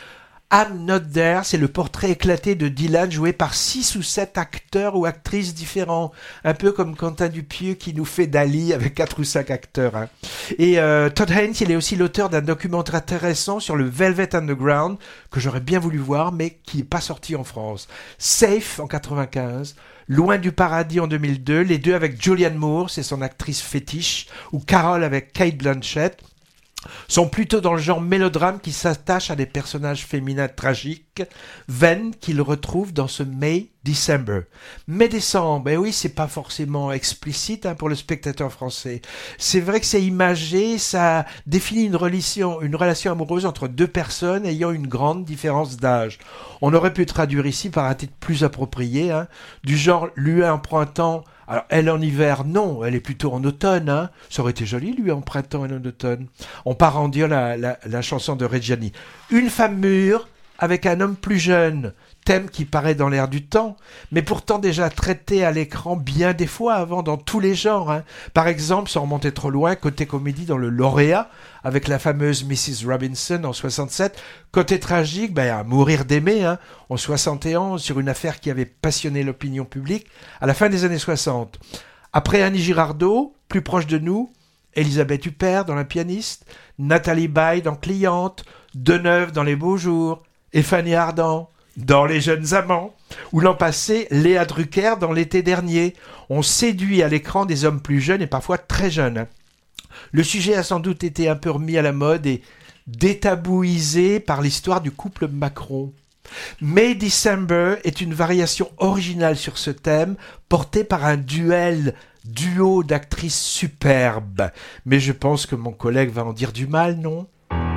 I'm Not There, c'est le portrait éclaté de Dylan joué par 6 ou 7 acteurs ou actrices différents. Un peu comme Quentin Dupieux qui nous fait Dali avec 4 ou 5 acteurs. Hein. Et Todd Haynes, il est aussi l'auteur d'un documentaire intéressant sur le Velvet Underground que j'aurais bien voulu voir mais qui n'est pas sorti en France. Safe en 95, Loin du paradis en 2002, les deux avec Julianne Moore, c'est son actrice fétiche, ou Carol avec Cate Blanchett, sont plutôt dans le genre mélodrame qui s'attache à des personnages féminins tragiques, veine qu'il retrouve dans ce May December. Mai-décembre, oui, c'est pas forcément explicite pour le spectateur français. C'est vrai que c'est imagé, ça définit une relation amoureuse entre deux personnes ayant une grande différence d'âge. On aurait pu traduire ici par un titre plus approprié, du genre lui en printemps. Alors, elle en hiver, non, elle est plutôt en automne. Ça aurait été joli, lui, en printemps et en automne. On parodie la chanson de Reggiani. Une femme mûre avec un homme plus jeune. Thème qui paraît dans l'air du temps, mais pourtant déjà traité à l'écran bien des fois avant dans tous les genres. Par exemple, sans remonter trop loin, côté comédie dans Le Lauréat, avec la fameuse Mrs. Robinson en 67. Côté tragique, à Mourir d'aimer, en 71, sur une affaire qui avait passionné l'opinion publique à la fin des années 60. Après Annie Girardot, plus proche de nous, Elisabeth Huppert dans La pianiste, Nathalie Baye dans Cliente, Deneuve dans Les beaux jours, et Fanny Ardant dans Les jeunes amants, ou l'an passé, Léa Drucker dans L'été dernier. On séduit à l'écran des hommes plus jeunes et parfois très jeunes. Le sujet a sans doute été un peu remis à la mode et détabouisé par l'histoire du couple Macron. May December est une variation originale sur ce thème, portée par un duo d'actrices superbes. Mais je pense que mon collègue va en dire du mal, non ?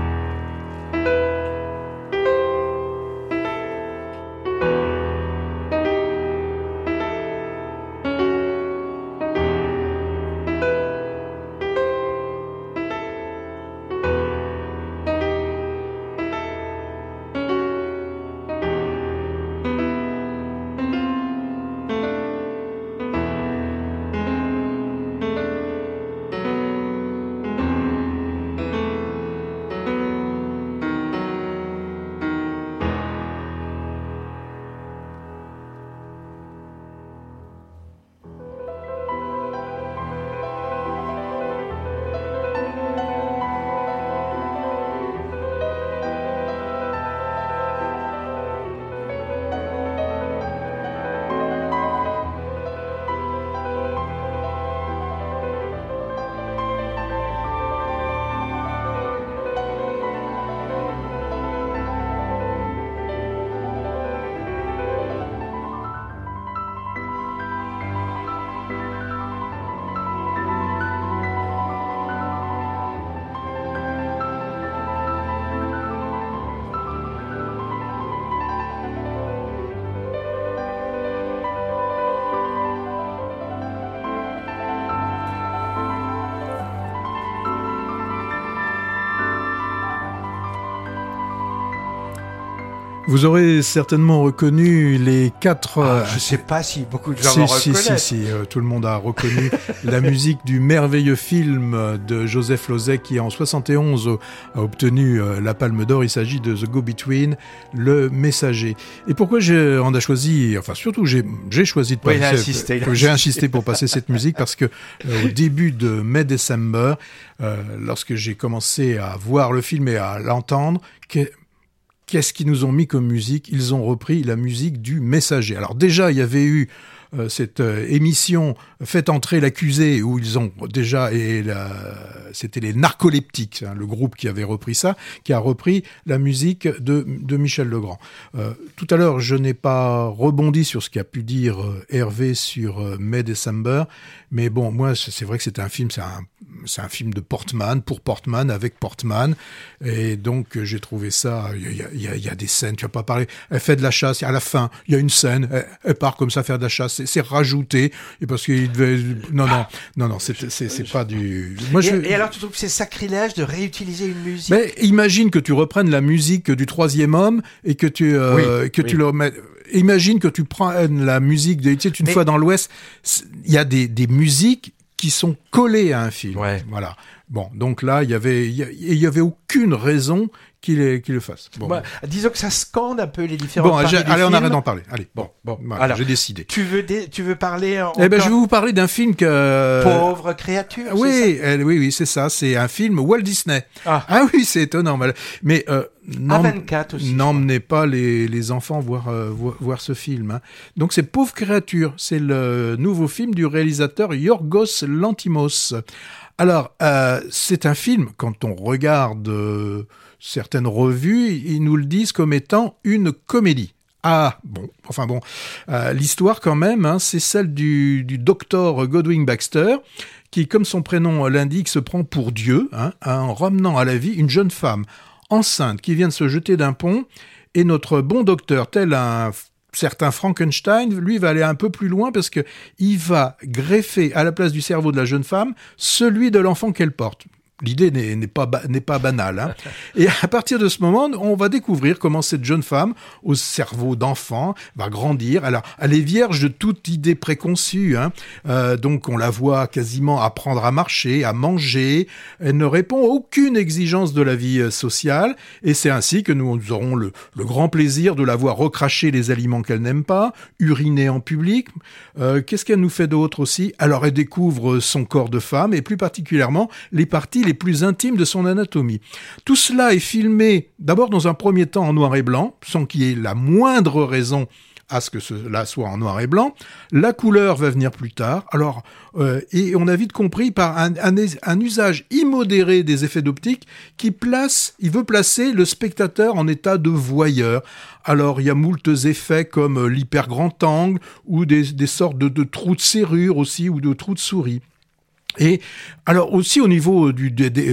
Vous aurez certainement reconnu les 4... je ne sais pas si beaucoup de gens le reconnaissent. Si, tout le monde a reconnu la musique du merveilleux film de Joseph Losey qui en 71 a obtenu la Palme d'Or. Il s'agit de The Go-Between, Le Messager. Et pourquoi on a choisi, enfin surtout j'ai choisi de passer... J'ai insisté pour passer cette musique parce que au début de May December, lorsque j'ai commencé à voir le film et à l'entendre, qu'est-ce qu'ils nous ont mis comme musique ? Ils ont repris la musique du Messager. Alors déjà, il y avait eu cette émission Faites entrer l'accusé où ils ont déjà c'était les Narcoleptiques, le groupe qui avait repris ça, qui a repris la musique de Michel Legrand. Tout à l'heure, je n'ai pas rebondi sur ce qu'a pu dire Hervé sur May December, mais bon, moi, c'est vrai que c'est un film, c'est un film de Portman, pour Portman, avec Portman, et donc j'ai trouvé ça, il y a des scènes, tu vas pas parler, elle fait de la chasse, à la fin, il y a une scène, elle part comme ça faire de la chasse, c'est rajouté, et parce qu'il devait, non, c'est pas du... Moi, et alors tu trouves que c'est sacrilège de réutiliser une musique ? Mais imagine que tu reprennes la musique du Troisième Homme, et que tu le remets... Imagine que tu prennes la musique de Une fois dans l'Ouest, il y a des musiques qui sont collés à un film. Ouais. Voilà. Bon, donc là, il y avait aucune raison qu'il le fasse. Bon, disons que ça scande un peu les différents. Allez, on arrête d'en parler. Allez, bon. Voilà, alors, j'ai décidé. Tu veux parler je vais vous parler d'un film que Pauvre créature. Oui, c'est ça. C'est un film Walt Disney. Ah oui, c'est étonnant. Mais A24 aussi. N'emmenez pas les enfants voir ce film. Hein. Donc c'est Pauvre créature. C'est le nouveau film du réalisateur Yorgos Lanthimos. Alors, c'est un film, quand on regarde certaines revues, ils nous le disent comme étant une comédie. L'histoire quand même, hein, c'est celle du docteur Godwin Baxter, qui, comme son prénom l'indique, se prend pour Dieu, hein, en ramenant à la vie une jeune femme enceinte qui vient de se jeter d'un pont, et notre bon docteur, tel un certain Frankenstein, lui, va aller un peu plus loin parce que il va greffer à la place du cerveau de la jeune femme celui de l'enfant qu'elle porte. L'idée n'est pas banale. Hein. Et à partir de ce moment, on va découvrir comment cette jeune femme, au cerveau d'enfant, va grandir. Alors, elle est vierge de toute idée préconçue. Hein. Donc, on la voit quasiment apprendre à marcher, à manger. Elle ne répond à aucune exigence de la vie sociale. Et c'est ainsi que nous aurons le grand plaisir de la voir recracher les aliments qu'elle n'aime pas, uriner en public. Qu'est-ce qu'elle nous fait d'autre aussi ? Alors, elle découvre son corps de femme et plus particulièrement les parties les plus intimes de son anatomie. Tout cela est filmé d'abord dans un premier temps en noir et blanc, sans qu'il y ait la moindre raison à ce que cela soit en noir et blanc. La couleur va venir plus tard. Alors, et on a vite compris par un usage immodéré des effets d'optique il veut placer le spectateur en état de voyeur. Alors, il y a moultes effets comme l'hyper grand angle ou des sortes de trous de serrure aussi ou de trous de souris. Et alors aussi au niveau du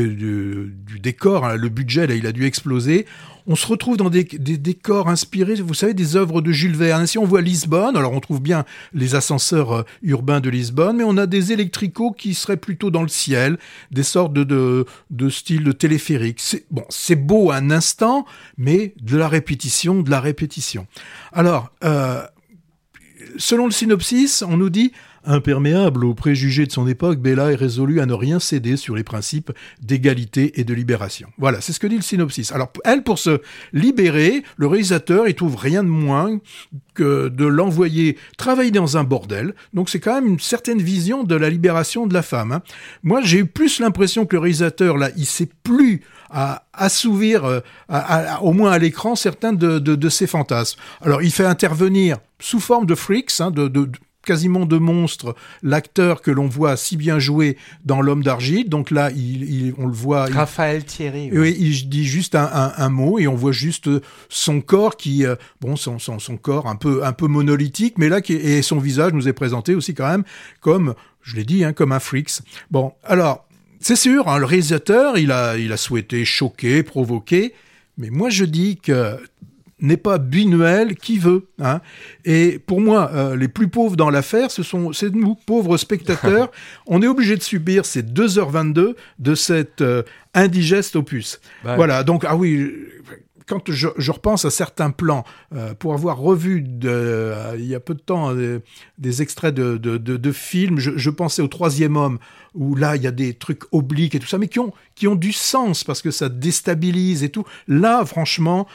décor, hein, le budget là, il a dû exploser. On se retrouve dans des décors inspirés, vous savez, des œuvres de Jules Verne. Si on voit Lisbonne, alors on trouve bien les ascenseurs urbains de Lisbonne, mais on a des électricaux qui seraient plutôt dans le ciel, des sortes de style de téléphérique. C'est beau un instant, mais de la répétition. Alors, selon le synopsis, on nous dit: imperméable aux préjugés de son époque, Bella est résolue à ne rien céder sur les principes d'égalité et de libération. Voilà, c'est ce que dit le synopsis. Alors, elle, pour se libérer, le réalisateur, il trouve rien de moins que de l'envoyer travailler dans un bordel. Donc, c'est quand même une certaine vision de la libération de la femme. Hein. Moi, j'ai eu plus l'impression que le réalisateur, là, il sait plus à assouvir, au moins à l'écran, certains de ses fantasmes. Alors, il fait intervenir sous forme de freaks, hein, quasiment de monstre, l'acteur que l'on voit si bien jouer dans L'Homme d'Argile. Donc là, on le voit... Raphaël Thierry. Oui, il dit juste un mot et on voit juste son corps qui... son corps un peu monolithique, mais là, et son visage nous est présenté aussi quand même comme, je l'ai dit, hein, comme un freaks. Bon, alors, c'est sûr, hein, le réalisateur, il a souhaité choquer, provoquer, mais moi je dis que n'est pas Buñuel qui veut. Hein. Et pour moi, les plus pauvres dans l'affaire, c'est nous, pauvres spectateurs. On est obligé de subir ces 2h22 de cet indigeste opus. Ouais. Voilà, donc, quand je repense à certains plans, pour avoir revu il y a peu de temps des extraits de films, je pensais au Troisième Homme, où là, il y a des trucs obliques et tout ça, mais qui ont du sens, parce que ça déstabilise et tout. Là, franchement,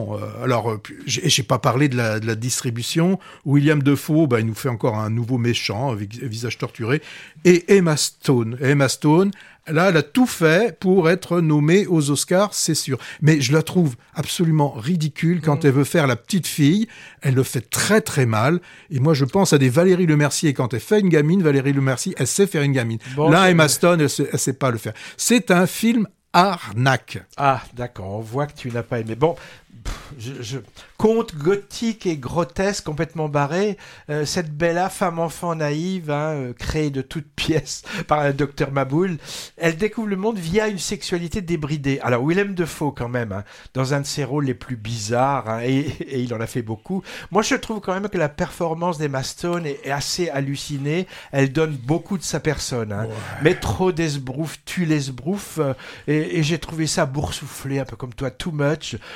j'ai pas parlé de la distribution. William Dafoe, il nous fait encore un nouveau méchant, avec visage torturé. Et Emma Stone, là, elle a tout fait pour être nommée aux Oscars, c'est sûr. Mais je la trouve absolument ridicule quand elle veut faire la petite fille. Elle le fait très, très mal. Et moi, je pense à des Valérie Lemercier. Quand elle fait une gamine, Valérie Lemercier, elle sait faire une gamine. Bon, là, Emma Stone, elle sait pas le faire. C'est un film arnaque. Ah, d'accord. On voit que tu n'as pas aimé. Bon, conte gothique et grotesque, complètement barré. Cette Bella, femme-enfant naïve, hein, créée de toutes pièces par le docteur Maboul, elle découvre le monde via une sexualité débridée. Alors, Willem Dafoe, quand même, hein, dans un de ses rôles les plus bizarres, hein, et il en a fait beaucoup. Moi, je trouve quand même que la performance d'Emma Stone est assez hallucinée. Elle donne beaucoup de sa personne. Hein. Ouais. Mais trop d'esbrouf tue l'esbrouf. Et j'ai trouvé ça boursouflé, un peu comme toi, too much. Le too much,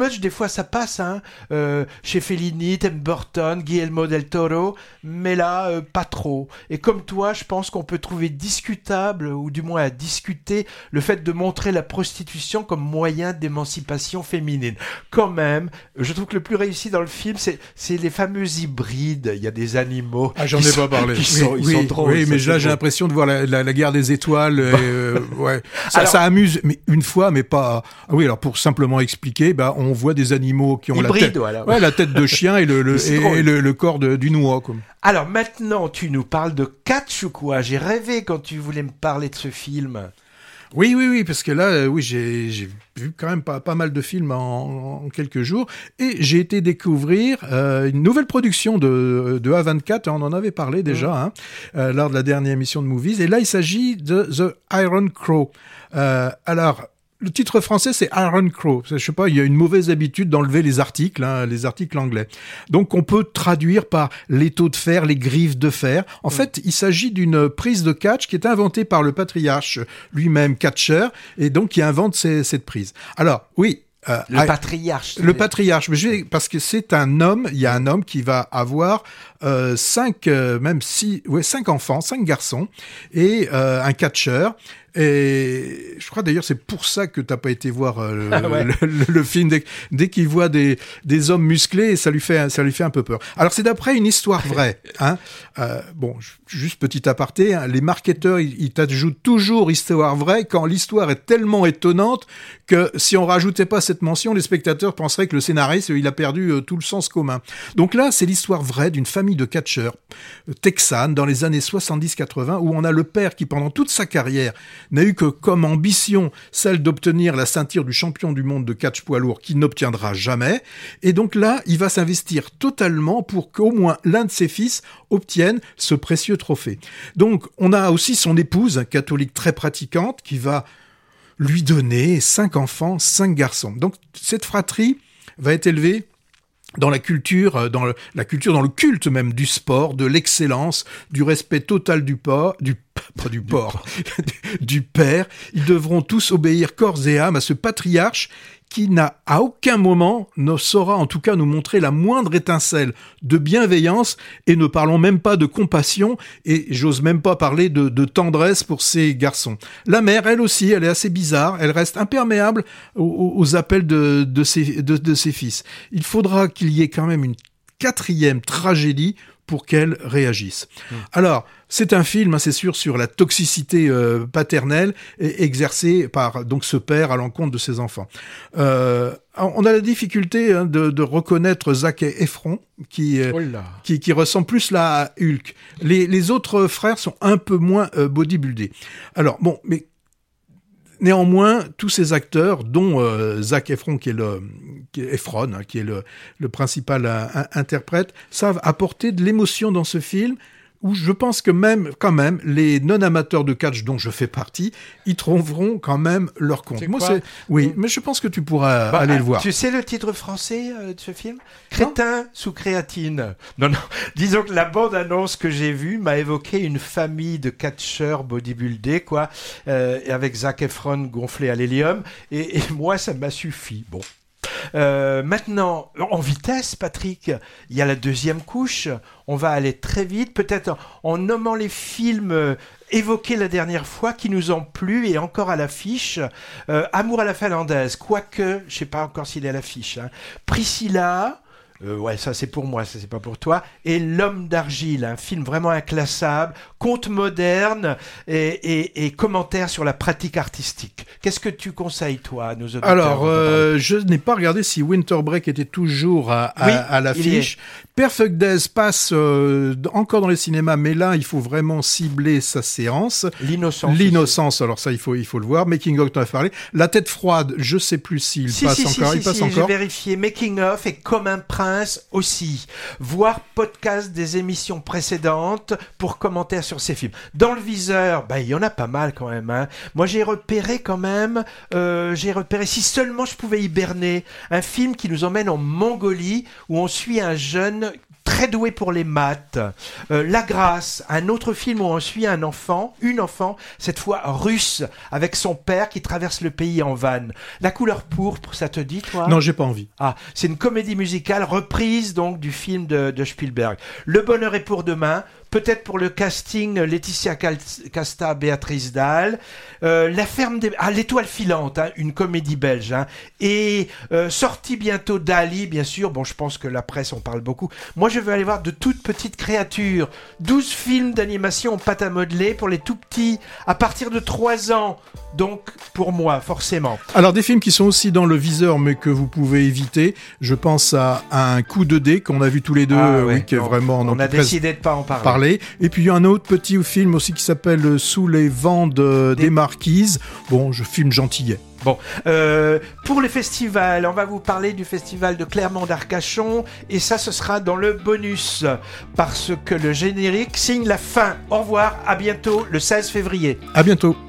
Watch, des fois ça passe, hein, chez Fellini, Tim Burton, Guillermo del Toro, mais là, pas trop. Et comme toi, je pense qu'on peut trouver discutable, ou du moins à discuter, le fait de montrer la prostitution comme moyen d'émancipation féminine. Quand même, je trouve que le plus réussi dans le film, c'est les fameux hybrides. Il y a des animaux. Ah, j'en ai pas parlé. Ils sont drôles. Oui, mais là, j'ai l'impression de voir la guerre des étoiles. Ouais. Ça amuse, mais une fois, mais pas. Ah oui, alors pour simplement expliquer, on voit des animaux qui ont hybrides, la tête de chien et le corps d'une oie. Comme. Alors maintenant, tu nous parles de catch ou quoi? J'ai rêvé quand tu voulais me parler de ce film. Oui, parce que là, j'ai vu quand même pas mal de films en quelques jours, et j'ai été découvrir une nouvelle production de A24, on en avait parlé déjà lors de la dernière émission de Movies, et là il s'agit de The Iron Crow. Alors, le titre français, c'est Iron Crow. Je sais pas, il y a une mauvaise habitude d'enlever les articles anglais. Donc, on peut traduire par l'étau de fer, les griffes de fer. En fait, il s'agit d'une prise de catch qui est inventée par le patriarche lui-même, catcheur, et donc qui invente cette prise. Alors, oui. Le patriarche. Le patriarche, mais parce que c'est un homme, il y a un homme qui va avoir 5 enfants, 5 garçons, et un catcheur. Et je crois d'ailleurs c'est pour ça que t'as pas été voir le film. Dès qu'il voit des hommes musclés, ça lui fait un peu peur. Alors c'est d'après une histoire vraie. Juste petit aparté, les marketeurs ils t'ajoutent toujours histoire vraie quand l'histoire est tellement étonnante que si on rajoutait pas cette mention, les spectateurs penseraient que le scénariste il a perdu tout le sens commun. Donc là c'est l'histoire vraie d'une famille de catcheurs texanes dans les années 70-80 où on a le père qui pendant toute sa carrière n'a eu que comme ambition celle d'obtenir la ceinture du champion du monde de catch poids lourd qu'il n'obtiendra jamais. Et donc là, il va s'investir totalement pour qu'au moins l'un de ses fils obtienne ce précieux trophée. Donc, on a aussi son épouse, catholique très pratiquante, qui va lui donner 5 enfants, 5 garçons. Donc, cette fratrie va être élevée dans la culture, dans le culte même du sport, de l'excellence, du respect total du père. Ils devront tous obéir corps et âme à ce patriarche qui n'a à aucun moment ne saura en tout cas nous montrer la moindre étincelle de bienveillance, et ne parlons même pas de compassion, et j'ose même pas parler de tendresse pour ces garçons. La mère, elle aussi, elle est assez bizarre, elle reste imperméable aux appels de ses fils. Il faudra qu'il y ait quand même une 4e tragédie pour qu'elle réagisse. Alors, c'est un film, c'est sûr, sur la toxicité paternelle exercée par donc ce père à l'encontre de ses enfants. On a la difficulté de reconnaître Zac Efron, qui ressemble plus là à Hulk. Les autres frères sont un peu moins bodybuildés. Alors, bon, mais néanmoins, tous ces acteurs, dont Zac Efron, qui est le principal interprète, savent apporter de l'émotion dans ce film, où je pense que quand même, les non-amateurs de catch dont je fais partie, ils trouveront quand même leur compte. Mais je pense que tu pourras aller le voir. Tu sais le titre français de ce film ? Crétin sous créatine. Non, disons que la bande-annonce que j'ai vue m'a évoqué une famille de catcheurs bodybuildés, avec Zac Efron gonflé à l'hélium, et moi, ça m'a suffi. Bon. Maintenant, en vitesse, Patrick, il y a la 2e couche. On va aller très vite, peut-être en nommant les films évoqués la dernière fois qui nous ont plu et encore à l'affiche. Amour à la finlandaise, quoique, je sais pas encore s'il est à l'affiche. Priscilla. Ça c'est pour moi, ça c'est pas pour toi. Et L'homme d'argile, un film vraiment inclassable, conte moderne et commentaire sur la pratique artistique. Qu'est-ce que tu conseilles toi à nos auditeurs ? Alors, je n'ai pas regardé si Winter Break était toujours à l'affiche. Perfect Days passe encore dans les cinémas, mais là il faut vraiment cibler sa séance. L'innocence. Alors ça il faut le voir. Making of, t'en as parlé. La tête froide, je sais plus s'il passe encore. Il passe encore. J'ai vérifié. Making of et Comme un prince aussi. Voir podcast des émissions précédentes pour commentaires sur ces films. Dans le viseur, il y en a pas mal quand même. Moi j'ai repéré quand même, Si seulement je pouvais hiberner, un film qui nous emmène en Mongolie où on suit un jeune très doué pour les maths. La Grâce, un autre film où on suit une enfant, cette fois russe, avec son père qui traverse le pays en van. La couleur pourpre, ça te dit, toi? Non, j'ai pas envie. Ah, c'est une comédie musicale reprise donc du film de Spielberg. Le bonheur est pour demain. Peut-être pour le casting, Laetitia Casta, Béatrice Dalle. La ferme des... L'étoile filante, hein, une comédie belge. Hein. Et sortie bientôt d'Ali, bien sûr. Bon, je pense que la presse en parle beaucoup. Moi, je veux aller voir De toutes petites créatures. 12 films d'animation en pâte à modeler pour les tout petits, à partir de 3 ans. Donc, pour moi, forcément. Alors, des films qui sont aussi dans le viseur, mais que vous pouvez éviter. Je pense à Un coup de dé qu'on a vu tous les deux, qui est vraiment... On a décidé de pas en parler. Et puis il y a un autre petit film aussi qui s'appelle Sous les vents des marquises. Bon, je filme gentillet. Bon, pour les festivals, on va vous parler du festival de Clermont d'Arcachon et ça, ce sera dans le bonus parce que le générique signe la fin. Au revoir, à bientôt le 16 février. À bientôt.